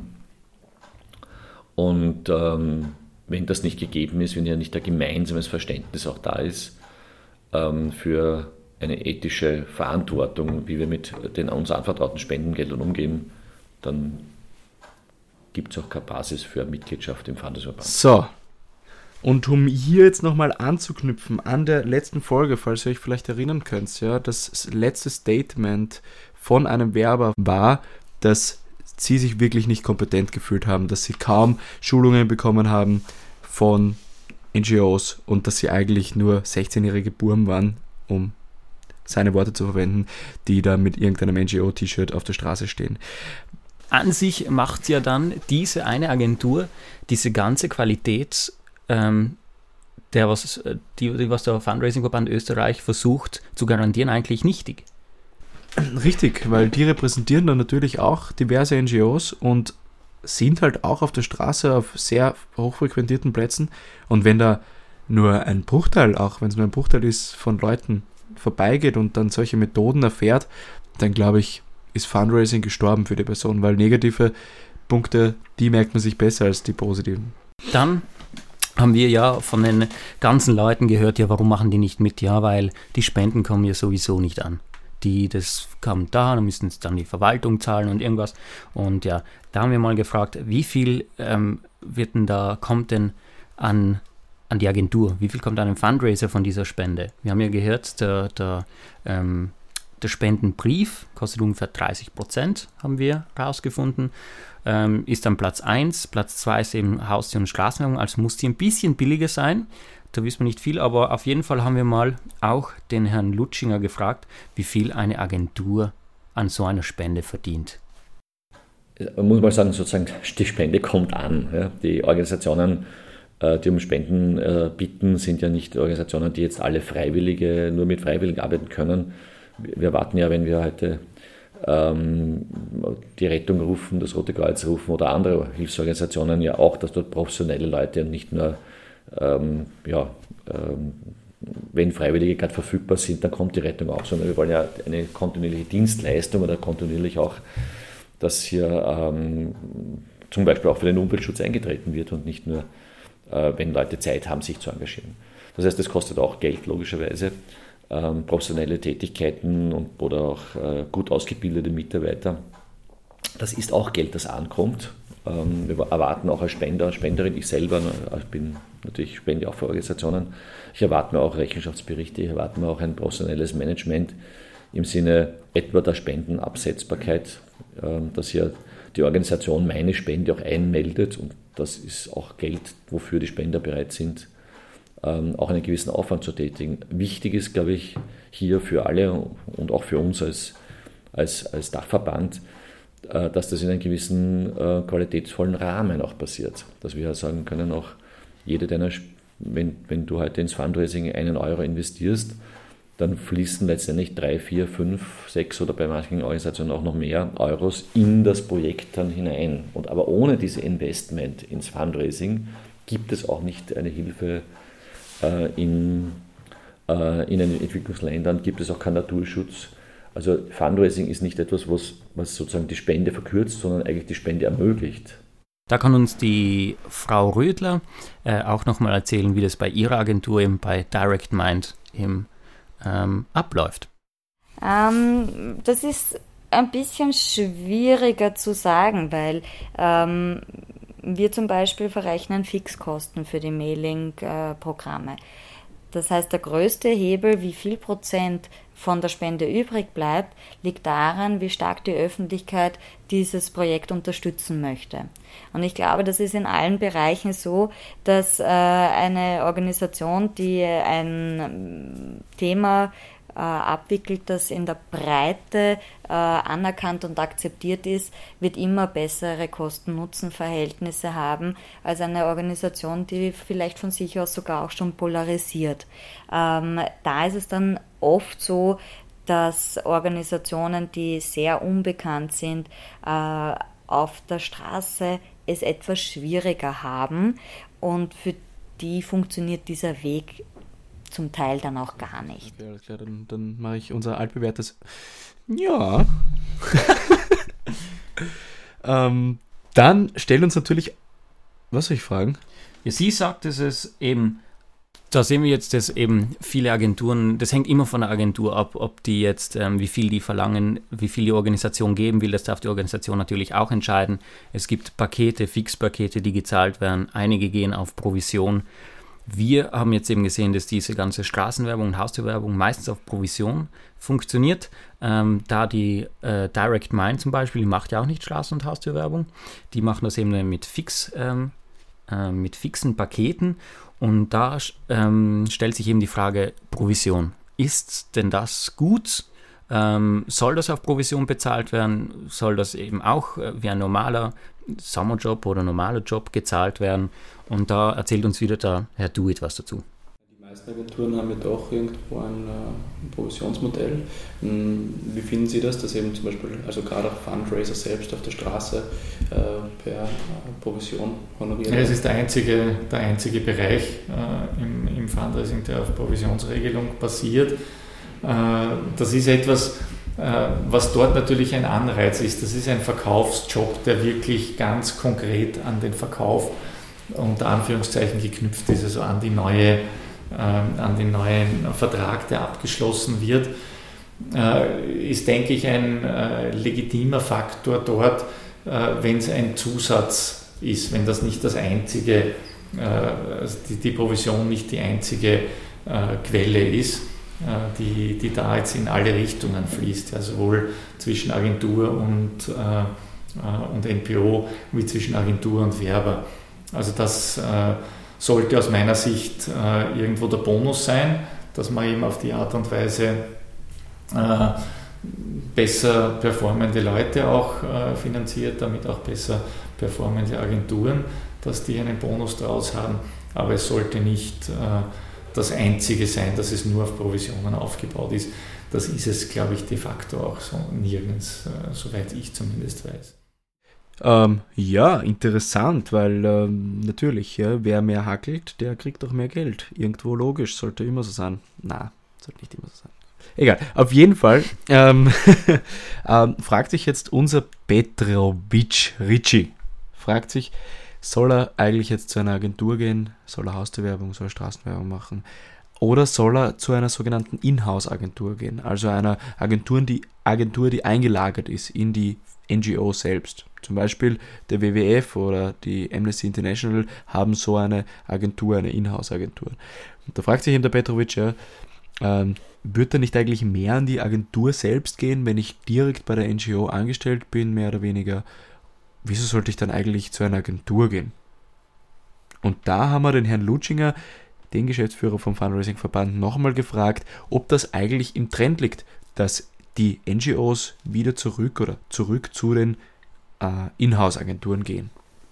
Und wenn das nicht gegeben ist, wenn ja nicht ein gemeinsames Verständnis auch da ist, für eine ethische Verantwortung, wie wir mit den uns anvertrauten Spendengeldern umgehen, dann gibt es auch keine Basis für Mitgliedschaft im Fundesverband. So, und um hier jetzt nochmal anzuknüpfen an der letzten Folge, falls ihr euch vielleicht erinnern könnt, ja, das letzte Statement von einem Werber war, dass sie sich wirklich nicht kompetent gefühlt haben, dass sie kaum Schulungen bekommen haben von NGOs und dass sie eigentlich nur 16-jährige Burm waren, um seine Worte zu verwenden, die da mit irgendeinem NGO-T-Shirt auf der Straße stehen. An sich macht ja dann diese eine Agentur diese ganze Qualität, was der Fundraising-Verband Österreich versucht zu garantieren, eigentlich nichtig. Richtig, weil die repräsentieren dann natürlich auch diverse NGOs und sind halt auch auf der Straße auf sehr hochfrequentierten Plätzen. Und wenn da nur ein Bruchteil, auch wenn es nur ein Bruchteil ist, von Leuten vorbeigeht und dann solche Methoden erfährt, dann glaube ich, ist Fundraising gestorben für die Person, weil negative Punkte, die merkt man sich besser als die positiven. Dann haben wir ja von den ganzen Leuten gehört, ja, warum machen die nicht mit? Ja, weil die Spenden kommen ja sowieso nicht an. Das kam da, dann müssen es dann die Verwaltung zahlen und irgendwas. Und ja, da haben wir mal gefragt, wie viel kommt denn an die Agentur? Wie viel kommt an den Fundraiser von dieser Spende? Wir haben ja gehört, der Spendenbrief kostet ungefähr 30%, haben wir rausgefunden. Ist dann Platz 1, Platz 2 ist eben Haustür- und Straßenwerbung, also muss die ein bisschen billiger sein. Da wissen wir nicht viel, aber auf jeden Fall haben wir mal auch den Herrn Lutschinger gefragt, wie viel eine Agentur an so einer Spende verdient. Man muss mal sagen, sozusagen, die Spende kommt an. Ja. Die Organisationen, die um Spenden bitten, sind ja nicht Organisationen, die jetzt alle Freiwillige, nur mit Freiwilligen arbeiten können. Wir erwarten ja, wenn wir heute die Rettung rufen, das Rote Kreuz rufen oder andere Hilfsorganisationen, ja auch, dass dort professionelle Leute und nicht nur wenn Freiwillige gerade verfügbar sind, dann kommt die Rettung auch, sondern wir wollen ja eine kontinuierliche Dienstleistung oder kontinuierlich auch, dass hier zum Beispiel auch für den Umweltschutz eingetreten wird und nicht nur, wenn Leute Zeit haben, sich zu engagieren. Das heißt, das kostet auch Geld, logischerweise, professionelle Tätigkeiten oder auch gut ausgebildete Mitarbeiter. Das ist auch Geld, das ankommt. Wir erwarten auch als Spender, Spenderin, ich selber, ich spende auch für Organisationen, ich erwarte mir auch Rechenschaftsberichte, ich erwarte mir auch ein professionelles Management im Sinne etwa der Spendenabsetzbarkeit, dass hier die Organisation meine Spende auch einmeldet und das ist auch Geld, wofür die Spender bereit sind, auch einen gewissen Aufwand zu tätigen. Wichtig ist, glaube ich, hier für alle und auch für uns als Dachverband, dass das in einem gewissen qualitätsvollen Rahmen auch passiert. Dass wir sagen können, auch wenn du heute ins Fundraising 1 Euro investierst, dann fließen letztendlich 3, 4, 5, 6 oder bei manchen Organisationen auch noch mehr Euros in das Projekt dann hinein. Aber ohne diese Investment ins Fundraising gibt es auch nicht eine Hilfe in den Entwicklungsländern, gibt es auch keinen Naturschutz. Also Fundraising ist nicht etwas, was sozusagen die Spende verkürzt, sondern eigentlich die Spende ermöglicht. Da kann uns die Frau Rödler auch nochmal erzählen, wie das bei ihrer Agentur eben bei Direct Mind eben abläuft. Das ist ein bisschen schwieriger zu sagen, weil wir zum Beispiel verrechnen Fixkosten für die Mailing-Programme. Das heißt, der größte Hebel, wie viel Prozent von der Spende übrig bleibt, liegt daran, wie stark die Öffentlichkeit dieses Projekt unterstützen möchte. Und ich glaube, das ist in allen Bereichen so, dass eine Organisation, die ein Thema abwickelt, das in der Breite anerkannt und akzeptiert ist, wird immer bessere Kosten-Nutzen-Verhältnisse haben als eine Organisation, die vielleicht von sich aus sogar auch schon polarisiert. Da ist es dann oft so, dass Organisationen, die sehr unbekannt sind, auf der Straße es etwas schwieriger haben und für die funktioniert dieser Weg zum Teil dann auch gar nicht. Okay, alles klar, dann mache ich unser altbewährtes Ja. Dann stellt uns natürlich, was soll ich fragen? Ja, sie sagt, dass es eben Da sehen wir jetzt, dass eben viele Agenturen, das hängt immer von der Agentur ab, ob die jetzt, wie viel die verlangen, wie viel die Organisation geben will, das darf die Organisation natürlich auch entscheiden. Es gibt Pakete, Fixpakete, die gezahlt werden, einige gehen auf Provision. Wir haben jetzt eben gesehen, dass diese ganze Straßenwerbung und Haustürwerbung meistens auf Provision funktioniert, da die Direct Mind zum Beispiel, die macht ja auch nicht Straßen- und Haustürwerbung, die machen das eben mit fixen Paketen. Und da stellt sich eben die Frage Provision. Ist denn das gut? Soll das auf Provision bezahlt werden? Soll das eben auch wie ein normaler Sommerjob oder normaler Job gezahlt werden? Und da erzählt uns wieder der Herr Duit was dazu. Die meisten Agenturen haben ja doch irgendwo ein Provisionsmodell. Wie finden Sie das, dass eben zum Beispiel, also gerade auch Fundraiser selbst auf der Straße per Provision honoriert werden? Ja, es ist der einzige Bereich im Fundraising, der auf Provisionsregelung basiert. Das ist etwas, was dort natürlich ein Anreiz ist. Das ist ein Verkaufsjob, der wirklich ganz konkret an den Verkauf unter Anführungszeichen geknüpft ist, also an den neuen Vertrag, der abgeschlossen wird, ist, denke ich, ein legitimer Faktor dort, wenn es ein Zusatz ist, wenn das nicht das einzige, die Provision nicht die einzige Quelle ist, die da jetzt in alle Richtungen fließt, ja, sowohl zwischen Agentur und NPO wie zwischen Agentur und Werber. Also das sollte aus meiner Sicht irgendwo der Bonus sein, dass man eben auf die Art und Weise besser performende Leute auch finanziert, damit auch besser performende Agenturen, dass die einen Bonus daraus haben. Aber es sollte nicht das Einzige sein, dass es nur auf Provisionen aufgebaut ist. Das ist es, glaube ich, de facto auch so nirgends, soweit ich zumindest weiß. Ja, interessant, weil natürlich, ja, wer mehr hackelt, der kriegt auch mehr Geld. Irgendwo logisch, sollte immer so sein. Na, sollte nicht immer so sein. Egal, auf jeden Fall fragt sich jetzt unser Petrovic Ricci, fragt sich, soll er eigentlich jetzt zu einer Agentur gehen, soll er Haustürwerbung, soll er Straßenwerbung machen oder soll er zu einer sogenannten Inhouse-Agentur gehen, also einer Agentur, die eingelagert ist in die NGO selbst. Zum Beispiel der WWF oder die Amnesty International haben so eine Agentur, eine Inhouse-Agentur. Und da fragt sich eben der Petrovic, ja, wird er nicht eigentlich mehr an die Agentur selbst gehen, wenn ich direkt bei der NGO angestellt bin, mehr oder weniger? Wieso sollte ich dann eigentlich zu einer Agentur gehen? Und da haben wir den Herrn Lutschinger, den Geschäftsführer vom Fundraising-Verband, nochmal gefragt, ob das eigentlich im Trend liegt, dass die NGOs wieder zurück zu den Inhouse-Agenturen gehen.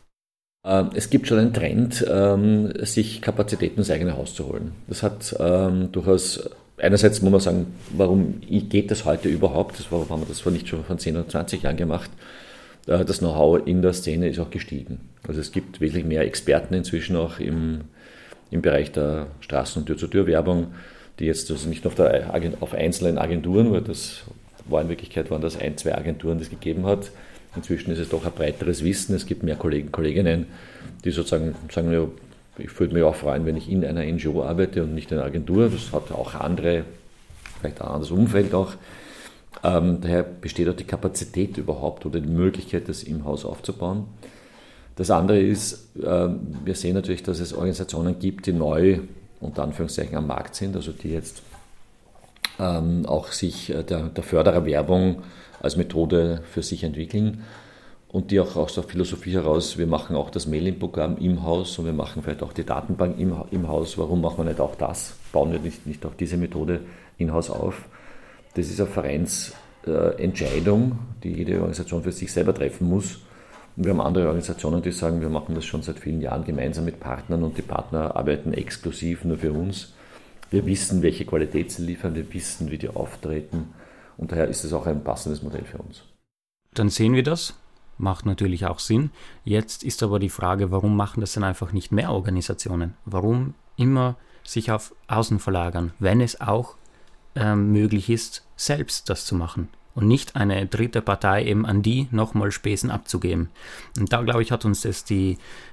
Es gibt schon einen Trend, sich Kapazitäten ins eigene Haus zu holen. Das hat durchaus, einerseits muss man sagen, warum geht das heute überhaupt? Warum haben wir das nicht schon von 10 oder 20 Jahren gemacht? Das Know-how in der Szene ist auch gestiegen. Also es gibt wirklich mehr Experten inzwischen auch im Bereich der Straßen- und Tür-zu-Tür-Werbung, die jetzt also nicht nur auf einzelnen Agenturen, weil das war in Wirklichkeit, waren das 1, 2 Agenturen, die es gegeben hat. Inzwischen ist es doch ein breiteres Wissen. Es gibt mehr Kollegen, Kolleginnen, die sozusagen sagen, ja, ich würde mich auch freuen, wenn ich in einer NGO arbeite und nicht in einer Agentur. Das hat auch vielleicht ein anderes Umfeld auch. Daher besteht auch die Kapazität überhaupt oder die Möglichkeit, das im Haus aufzubauen. Das andere ist, wir sehen natürlich, dass es Organisationen gibt, die neu unter Anführungszeichen am Markt sind, also die jetzt auch sich der Fördererwerbung als Methode für sich entwickeln und die auch aus der Philosophie heraus, wir machen auch das Mailing-Programm im Haus und wir machen vielleicht auch die Datenbank im Haus. Warum machen wir nicht auch das? Bauen wir nicht auch diese Methode in-house auf? Das ist eine Vereinsentscheidung, die jede Organisation für sich selber treffen muss. Und wir haben andere Organisationen, die sagen, wir machen das schon seit vielen Jahren gemeinsam mit Partnern und die Partner arbeiten exklusiv nur für uns. Wir wissen, welche Qualität sie liefern, wir wissen, wie die auftreten und daher ist es auch ein passendes Modell für uns. Dann sehen wir das, macht natürlich auch Sinn. Jetzt ist aber die Frage, warum machen das denn einfach nicht mehr Organisationen? Warum immer sich auf Außen verlagern, wenn es auch möglich ist, selbst das zu machen und nicht eine dritte Partei eben an die nochmal Spesen abzugeben. Und da, glaube ich, hat uns das die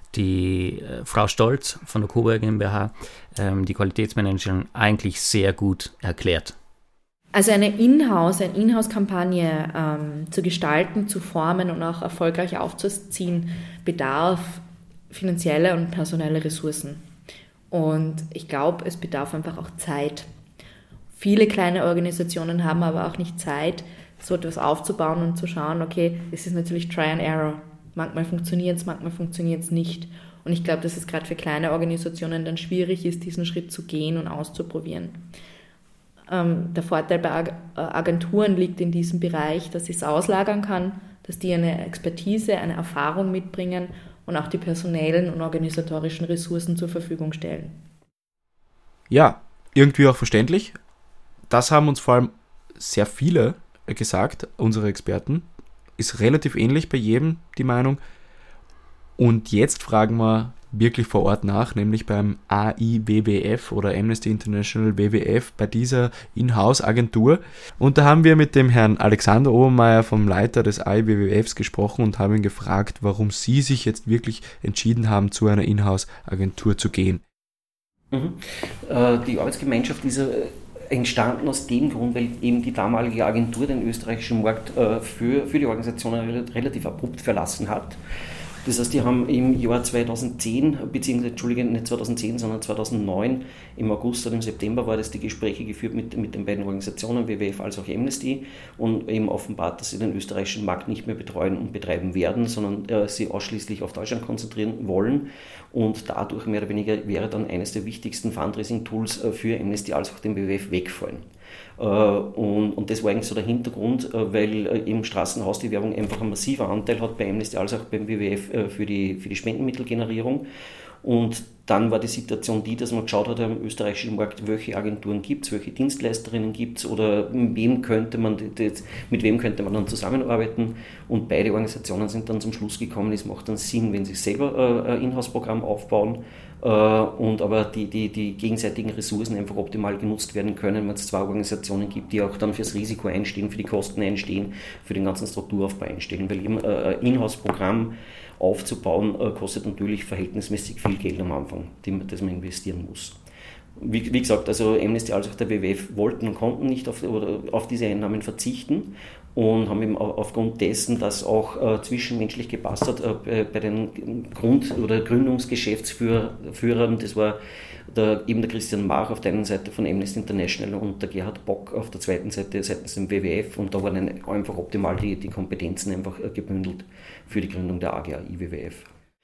die Frau Stolz von der Coburg GmbH, die Qualitätsmanagerin, eigentlich sehr gut erklärt. Also eine Inhouse-Kampagne zu gestalten, zu formen und auch erfolgreich aufzuziehen, bedarf finanzielle und personelle Ressourcen. Und ich glaube, es bedarf einfach auch Zeit. Viele kleine Organisationen haben aber auch nicht Zeit, so etwas aufzubauen und zu schauen, okay, es ist natürlich Try and Error. Manchmal funktioniert es, manchmal funktioniert es nicht. Und ich glaube, dass es gerade für kleine Organisationen dann schwierig ist, diesen Schritt zu gehen und auszuprobieren. Der Vorteil bei Agenturen liegt in diesem Bereich, dass ich es auslagern kann, dass die eine Expertise, eine Erfahrung mitbringen und auch die personellen und organisatorischen Ressourcen zur Verfügung stellen. Ja, irgendwie auch verständlich. Das haben uns vor allem sehr viele gesagt, unsere Experten. Ist relativ ähnlich bei jedem die Meinung. Und jetzt fragen wir wirklich vor Ort nach, nämlich beim AIWWF oder Amnesty International WWF, bei dieser Inhouse-Agentur. Und da haben wir mit dem Herrn Alexander Obermeier, vom Leiter des AIWWFs, gesprochen und haben ihn gefragt, warum sie sich jetzt wirklich entschieden haben, zu einer Inhouse-Agentur zu gehen. Die Arbeitsgemeinschaft ist entstanden aus dem Grund, weil eben die damalige Agentur den österreichischen Markt für die Organisationen relativ abrupt verlassen hat. Das heißt, die haben im Jahr 2010, beziehungsweise, nicht 2010, sondern 2009, im August oder im September war das, die Gespräche geführt mit den beiden Organisationen, WWF als auch Amnesty, und eben offenbart, dass sie den österreichischen Markt nicht mehr betreuen und betreiben werden, sondern sie ausschließlich auf Deutschland konzentrieren wollen. Und dadurch mehr oder weniger wäre dann eines der wichtigsten Fundraising-Tools für Amnesty als auch den WWF wegfallen. Und das war eigentlich so der Hintergrund, weil im Straßenhaus die Werbung einfach einen massiven Anteil hat bei Amnesty als auch beim WWF für die Spendenmittelgenerierung. Und dann war die Situation die, dass man geschaut hat am österreichischen Markt, welche Agenturen gibt es, welche Dienstleisterinnen gibt es oder mit wem könnte man dann zusammenarbeiten. Und beide Organisationen sind dann zum Schluss gekommen, es macht dann Sinn, wenn sie selber ein Inhouse-Programm aufbauen und aber die gegenseitigen Ressourcen einfach optimal genutzt werden können, wenn es zwei Organisationen gibt, die auch dann fürs Risiko einstehen, für die Kosten einstehen, für den ganzen Strukturaufbau einstehen, weil eben ein Inhouse-Programm aufzubauen, kostet natürlich verhältnismäßig viel Geld am Anfang, das man investieren muss. Wie gesagt, also Amnesty als auch der WWF wollten und konnten nicht auf diese Einnahmen verzichten und haben eben aufgrund dessen, dass auch zwischenmenschlich gepasst hat, bei den Gründungsgeschäftsführern, das war der Christian Mach auf der einen Seite von Amnesty International und der Gerhard Bock auf der zweiten Seite seitens dem WWF, und da waren einfach optimal die Kompetenzen einfach gebündelt für die Gründung der AGA-IWWF.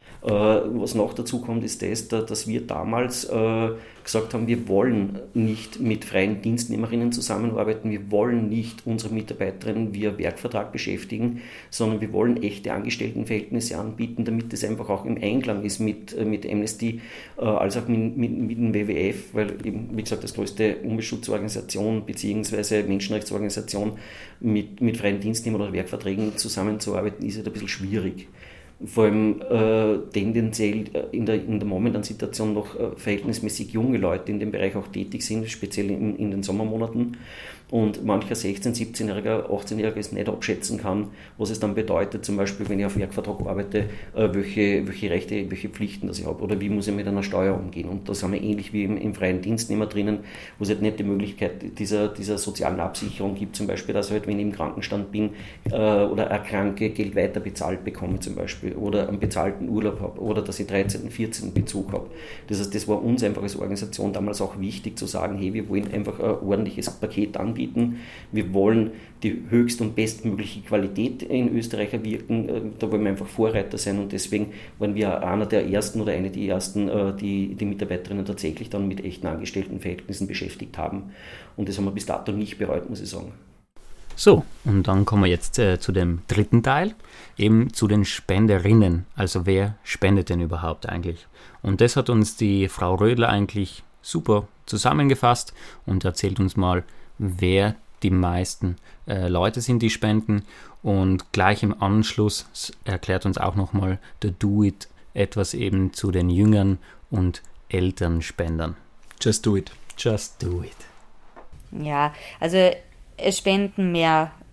Was noch dazu kommt, ist das, dass wir damals gesagt haben, wir wollen nicht mit freien Dienstnehmerinnen zusammenarbeiten, wir wollen nicht unsere Mitarbeiterinnen via Werkvertrag beschäftigen, sondern wir wollen echte Angestelltenverhältnisse anbieten, damit es einfach auch im Einklang ist mit Amnesty als auch mit dem WWF, weil eben, wie gesagt, das größte Umweltschutzorganisation bzw. Menschenrechtsorganisation mit freien Dienstnehmern oder Werkverträgen zusammenzuarbeiten, ist halt ein bisschen schwierig. Vor allem tendenziell in der momentanen Situation noch verhältnismäßig junge Leute in dem Bereich auch tätig sind, speziell in den Sommermonaten. Und mancher 16-, 17-Jähriger, 18-Jähriger es nicht abschätzen kann, was es dann bedeutet, zum Beispiel, wenn ich auf Werkvertrag arbeite, welche Rechte, welche Pflichten das ich habe oder wie muss ich mit einer Steuer umgehen. Und da sind wir ähnlich wie im freien Dienstnehmer drinnen, wo es halt nicht die Möglichkeit dieser sozialen Absicherung gibt, zum Beispiel, dass halt, wenn ich im Krankenstand bin oder erkranke, Geld weiter bezahlt bekomme zum Beispiel oder einen bezahlten Urlaub habe oder dass ich 13., 14. Bezug habe. Das heißt, das war uns einfach als Organisation damals auch wichtig zu sagen, hey, wir wollen einfach ein ordentliches Paket anbieten. Wir wollen die höchst und bestmögliche Qualität in Österreich erwirken. Da wollen wir einfach Vorreiter sein und deswegen waren wir einer der ersten oder eine der ersten, die Mitarbeiterinnen tatsächlich dann mit echten Angestelltenverhältnissen beschäftigt haben. Und das haben wir bis dato nicht bereut, muss ich sagen. So, und dann kommen wir jetzt zu dem dritten Teil, eben zu den Spenderinnen. Also wer spendet denn überhaupt eigentlich? Und das hat uns die Frau Rödler eigentlich super zusammengefasst und erzählt uns mal, wer die meisten Leute sind, die spenden. Und gleich im Anschluss erklärt uns auch nochmal der Do-It etwas eben zu den Jüngern und älteren Spendern. Just do it. Just do it. Ja, also es spenden mehr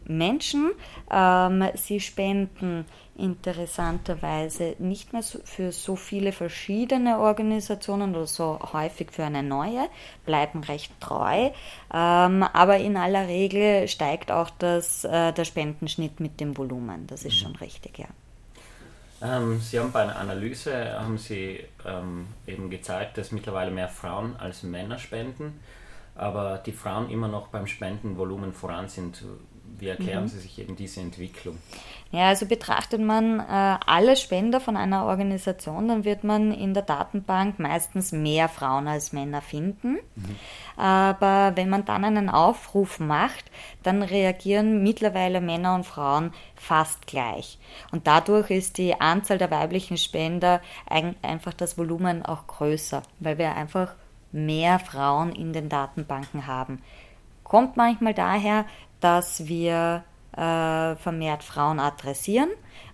Menschen. Sie spenden interessanterweise nicht mehr für so viele verschiedene Organisationen oder so häufig für eine neue, bleiben recht treu, aber in aller Regel steigt auch der Spendenschnitt mit dem Volumen, das ist schon richtig, ja. Sie haben bei einer Analyse eben gezeigt, dass mittlerweile mehr Frauen als Männer spenden, aber die Frauen immer noch beim Spendenvolumen voran sind. Wie erklären Sie sich eben diese Entwicklung? Ja, also betrachtet man alle Spender von einer Organisation, dann wird man in der Datenbank meistens mehr Frauen als Männer finden. Aber wenn man dann einen Aufruf macht, dann reagieren mittlerweile Männer und Frauen fast gleich. Und dadurch ist die Anzahl der weiblichen Spender einfach das Volumen auch größer, weil wir einfach mehr Frauen in den Datenbanken haben. Kommt manchmal daher, dass wir vermehrt Frauen adressieren,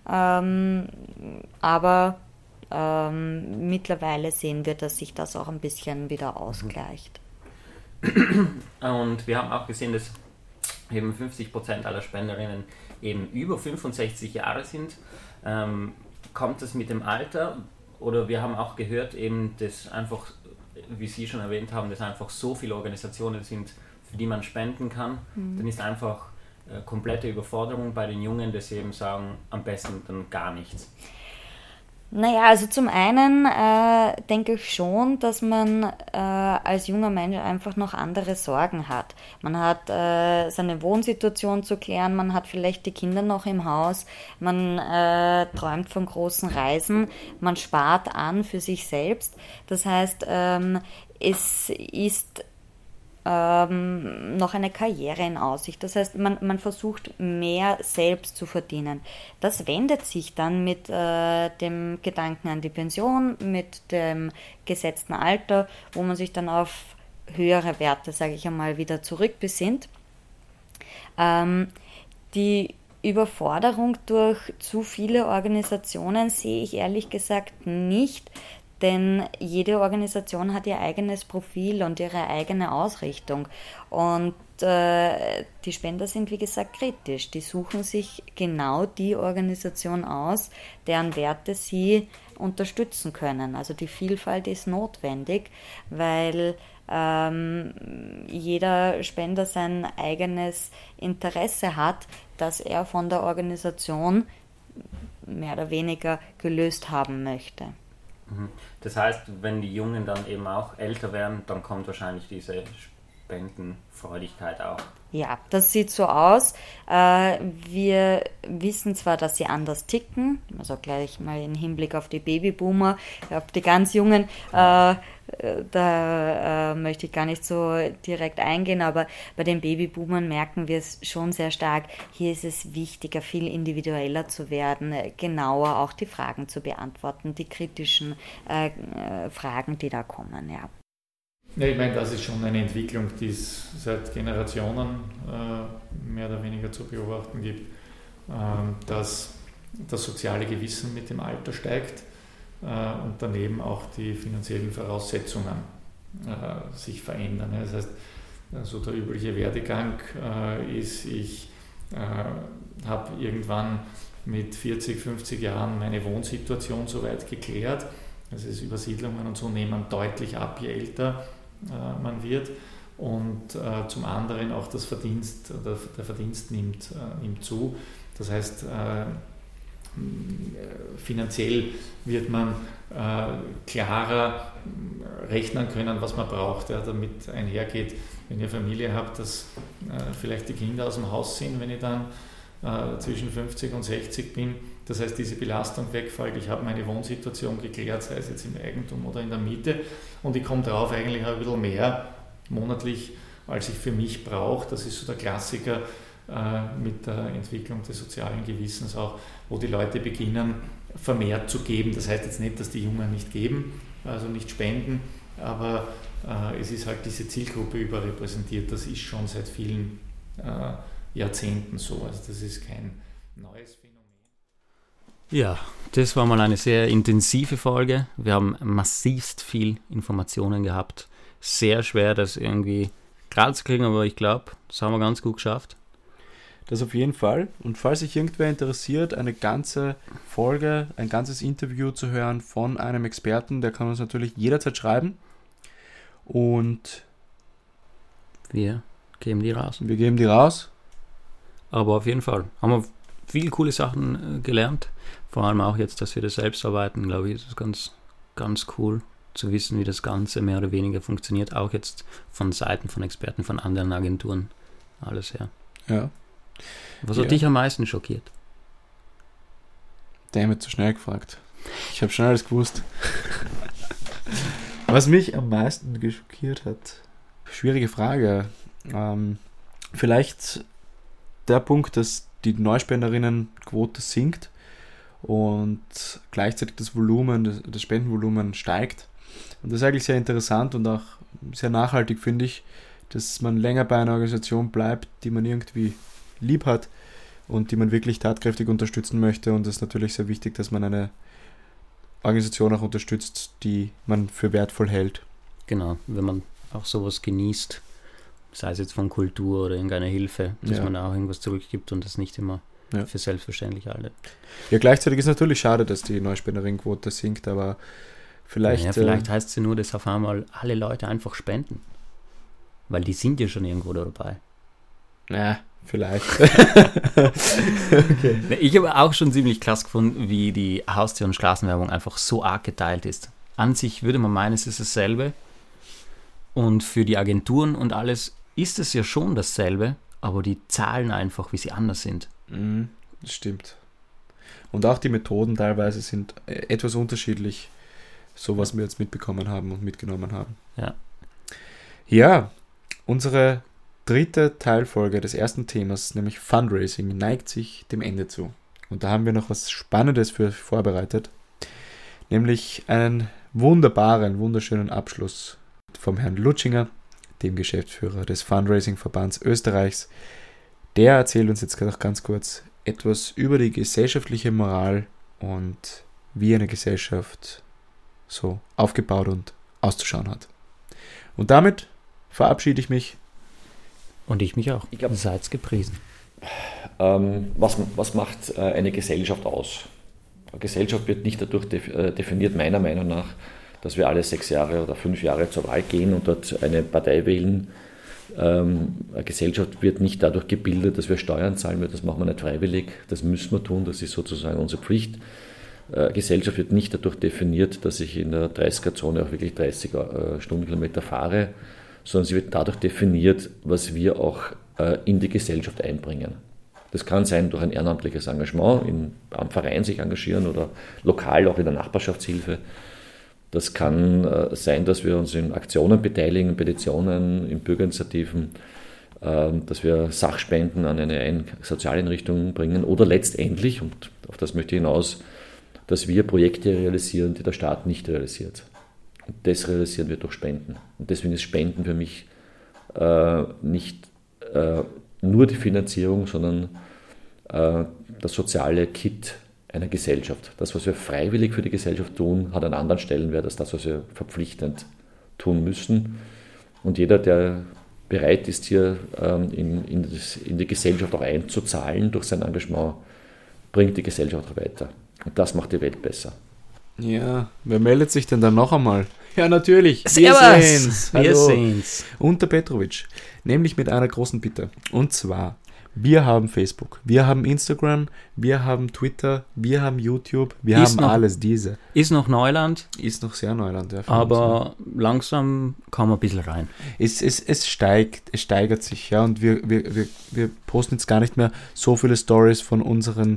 aber mittlerweile sehen wir, dass sich das auch ein bisschen wieder ausgleicht. Und wir haben auch gesehen, dass eben 50% aller Spenderinnen eben über 65 Jahre sind. Kommt das mit dem Alter? Oder wir haben auch gehört, eben, dass einfach, wie Sie schon erwähnt haben, dass einfach so viele Organisationen sind, für die man spenden kann. Dann ist einfach komplette Überforderung bei den Jungen, dass sie eben sagen, am besten dann gar nichts. Naja, also zum einen denke ich schon, dass man als junger Mensch einfach noch andere Sorgen hat. Man hat seine Wohnsituation zu klären, man hat vielleicht die Kinder noch im Haus, man träumt von großen Reisen, man spart an für sich selbst. Das heißt, es ist noch eine Karriere in Aussicht. Das heißt, man versucht mehr selbst zu verdienen. Das wendet sich dann mit dem Gedanken an die Pension, mit dem gesetzten Alter, wo man sich dann auf höhere Werte, sage ich einmal, wieder zurückbesinnt. Die Überforderung durch zu viele Organisationen sehe ich ehrlich gesagt nicht, denn jede Organisation hat ihr eigenes Profil und ihre eigene Ausrichtung. Und die Spender sind, wie gesagt, kritisch. Die suchen sich genau die Organisation aus, deren Werte sie unterstützen können. Also die Vielfalt ist notwendig, weil jeder Spender sein eigenes Interesse hat, das er von der Organisation mehr oder weniger gelöst haben möchte. Das heißt, wenn die Jungen dann eben auch älter werden, dann kommt wahrscheinlich diese Spendenfreudigkeit auch. Ja, das sieht so aus. Wir wissen zwar, dass sie anders ticken, also gleich mal im Hinblick auf die Babyboomer, auf die ganz Jungen, da möchte ich gar nicht so direkt eingehen, aber bei den Babyboomern merken wir es schon sehr stark. Hier ist es wichtiger, viel individueller zu werden, genauer auch die Fragen zu beantworten, die kritischen Fragen, die da kommen, ja. Ja, ich meine, das ist schon eine Entwicklung, die es seit Generationen mehr oder weniger zu beobachten gibt, dass das soziale Gewissen mit dem Alter steigt und daneben auch die finanziellen Voraussetzungen sich verändern. Das heißt, also der übliche Werdegang ist, ich habe irgendwann mit 40, 50 Jahren meine Wohnsituation soweit geklärt. Also Übersiedlungen und so nehmen deutlich ab, je älter man wird, und zum anderen auch der Verdienst nimmt zu. Das heißt, finanziell wird man klarer rechnen können, was man braucht, damit einhergeht, wenn ihr Familie habt, dass vielleicht die Kinder aus dem Haus sind, wenn ich dann zwischen 50 und 60 bin. Das heißt, diese Belastung wegfällt. Ich habe meine Wohnsituation geklärt, sei es jetzt im Eigentum oder in der Miete, und ich komme drauf eigentlich ein bisschen mehr monatlich, als ich für mich brauche. Das ist so der Klassiker mit der Entwicklung des sozialen Gewissens auch, wo die Leute beginnen, vermehrt zu geben. Das heißt jetzt nicht, dass die Jungen nicht geben, also nicht spenden, aber es ist halt diese Zielgruppe überrepräsentiert. Das ist schon seit vielen Jahrzehnten so. Also das ist kein neues Phänomen. Ja, das war mal eine sehr intensive Folge. Wir haben massivst viel Informationen gehabt. Sehr schwer, das irgendwie gerade zu kriegen, aber ich glaube, das haben wir ganz gut geschafft. Das auf jeden Fall. Und falls sich irgendwer interessiert, eine ganze Folge, ein ganzes Interview zu hören von einem Experten, der kann uns natürlich jederzeit schreiben. Und Wir geben die raus. wir geben die raus. Aber auf jeden Fall haben wir viele coole Sachen gelernt. Vor allem auch jetzt, dass wir das selbst arbeiten, glaube ich, ist es ganz, ganz cool zu wissen, wie das Ganze mehr oder weniger funktioniert. Auch jetzt von Seiten von Experten, von anderen Agenturen. Alles, ja. Ja. Was Ja. hat dich am meisten schockiert? Der hat mich zu schnell gefragt. Ich habe schon alles gewusst. Was mich am meisten geschockiert hat. Schwierige Frage. Vielleicht der Punkt, dass die Neuspenderinnenquote sinkt und gleichzeitig das Volumen, das Spendenvolumen steigt. Und das ist eigentlich sehr interessant und auch sehr nachhaltig, finde ich, dass man länger bei einer Organisation bleibt, die man irgendwie lieb hat und die man wirklich tatkräftig unterstützen möchte. Und es ist natürlich sehr wichtig, dass man eine Organisation auch unterstützt, die man für wertvoll hält. Genau, wenn man auch sowas genießt, sei es jetzt von Kultur oder irgendeiner Hilfe, dass Ja. man da auch irgendwas zurückgibt und das nicht immer Ja. für selbstverständlich alle. Ja, gleichzeitig ist natürlich schade, dass die Neuspenderinnenquote sinkt, aber vielleicht... Ja, vielleicht heißt es ja nur, dass auf einmal alle Leute einfach spenden. Weil die sind ja schon irgendwo dabei. vielleicht. Ich habe auch schon ziemlich krass gefunden, wie die Haustier- und Straßenwerbung einfach so arg geteilt ist. An sich würde man meinen, es ist dasselbe. Und für die Agenturen und alles ist es ja schon dasselbe, aber die Zahlen einfach, wie sie anders sind. Das stimmt. Und auch die Methoden teilweise sind etwas unterschiedlich, so was wir jetzt mitbekommen haben und mitgenommen haben. Ja. Ja, unsere dritte Teilfolge des ersten Themas, nämlich Fundraising, neigt sich dem Ende zu. Und da haben wir noch was Spannendes für euch vorbereitet, nämlich einen wunderschönen Abschluss vom Herrn Lutschinger, dem Geschäftsführer des Fundraising-Verbands Österreichs. Der erzählt uns jetzt noch ganz kurz etwas über die gesellschaftliche Moral und wie eine Gesellschaft so aufgebaut und auszuschauen hat. Und damit verabschiede ich mich. Und ich mich auch. Ich glaub- Seid gepriesen. Was macht eine Gesellschaft aus? Eine Gesellschaft wird nicht dadurch definiert, meiner Meinung nach, dass wir alle 6 Jahre oder 5 Jahre zur Wahl gehen und dort eine Partei wählen. Eine Gesellschaft wird nicht dadurch gebildet, dass wir Steuern zahlen, weil das machen wir nicht freiwillig, das müssen wir tun, das ist sozusagen unsere Pflicht. Gesellschaft wird nicht dadurch definiert, dass ich in der 30er-Zone auch wirklich 30 Stundenkilometer fahre, sondern sie wird dadurch definiert, was wir auch in die Gesellschaft einbringen. Das kann sein durch ein ehrenamtliches Engagement, am Verein sich engagieren oder lokal auch in der Nachbarschaftshilfe. Das kann sein, dass wir uns in Aktionen beteiligen, Petitionen, in Bürgerinitiativen, dass wir Sachspenden an eine Sozialeinrichtung bringen oder letztendlich, und auf das möchte ich hinaus, dass wir Projekte realisieren, die der Staat nicht realisiert. Und das realisieren wir durch Spenden. Und deswegen ist Spenden für mich nicht nur die Finanzierung, sondern das soziale Kit einer Gesellschaft. Das, was wir freiwillig für die Gesellschaft tun, hat einen anderen Stellenwert als das, was wir verpflichtend tun müssen. Und jeder, der bereit ist, hier in die Gesellschaft auch einzuzahlen durch sein Engagement, bringt die Gesellschaft auch weiter. Und das macht die Welt besser. Ja, wer meldet sich denn dann noch einmal? Ja, natürlich. Servus. Wir Hallo. sehen's. Und der Petrovic. Nämlich mit einer großen Bitte. Und zwar, wir haben Facebook, wir haben Instagram, wir haben Twitter, wir haben YouTube, wir Ist haben noch- alles diese. Ist noch Neuland, Ist noch sehr Neuland, ja. für aber langsam kommen wir ein bisschen rein. uns, ja. Es steigert sich, ja. Und wir posten jetzt gar nicht mehr so viele Stories von unseren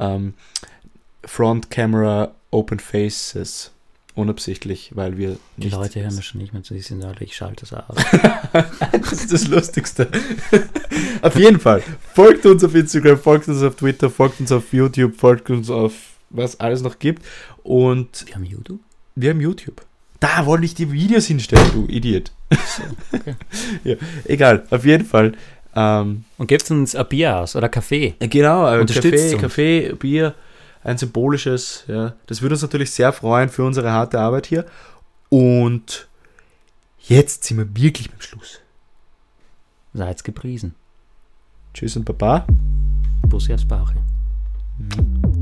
Front-Camera Open Faces. Unabsichtlich, weil wir Die nicht... Leute hören das schon nicht mehr zu, die sind alle, ich schalte das aus. Das ist das Lustigste. Auf jeden Fall, folgt uns auf Instagram, folgt uns auf Twitter, folgt uns auf YouTube, folgt uns auf was alles noch gibt. Und Wir haben YouTube? wir haben YouTube. Da wollte ich die Videos hinstellen, du Idiot. Okay. Ja, egal, auf jeden Fall. Und gebt uns ein Bier aus oder Kaffee. Genau, Unterstützt uns. Kaffee, Bier, ein symbolisches, ja. Das würde uns natürlich sehr freuen für unsere harte Arbeit hier. Und jetzt sind wir wirklich beim Schluss. Seid gepriesen. Tschüss und Baba. Bussi aus Bauchi. Mhm.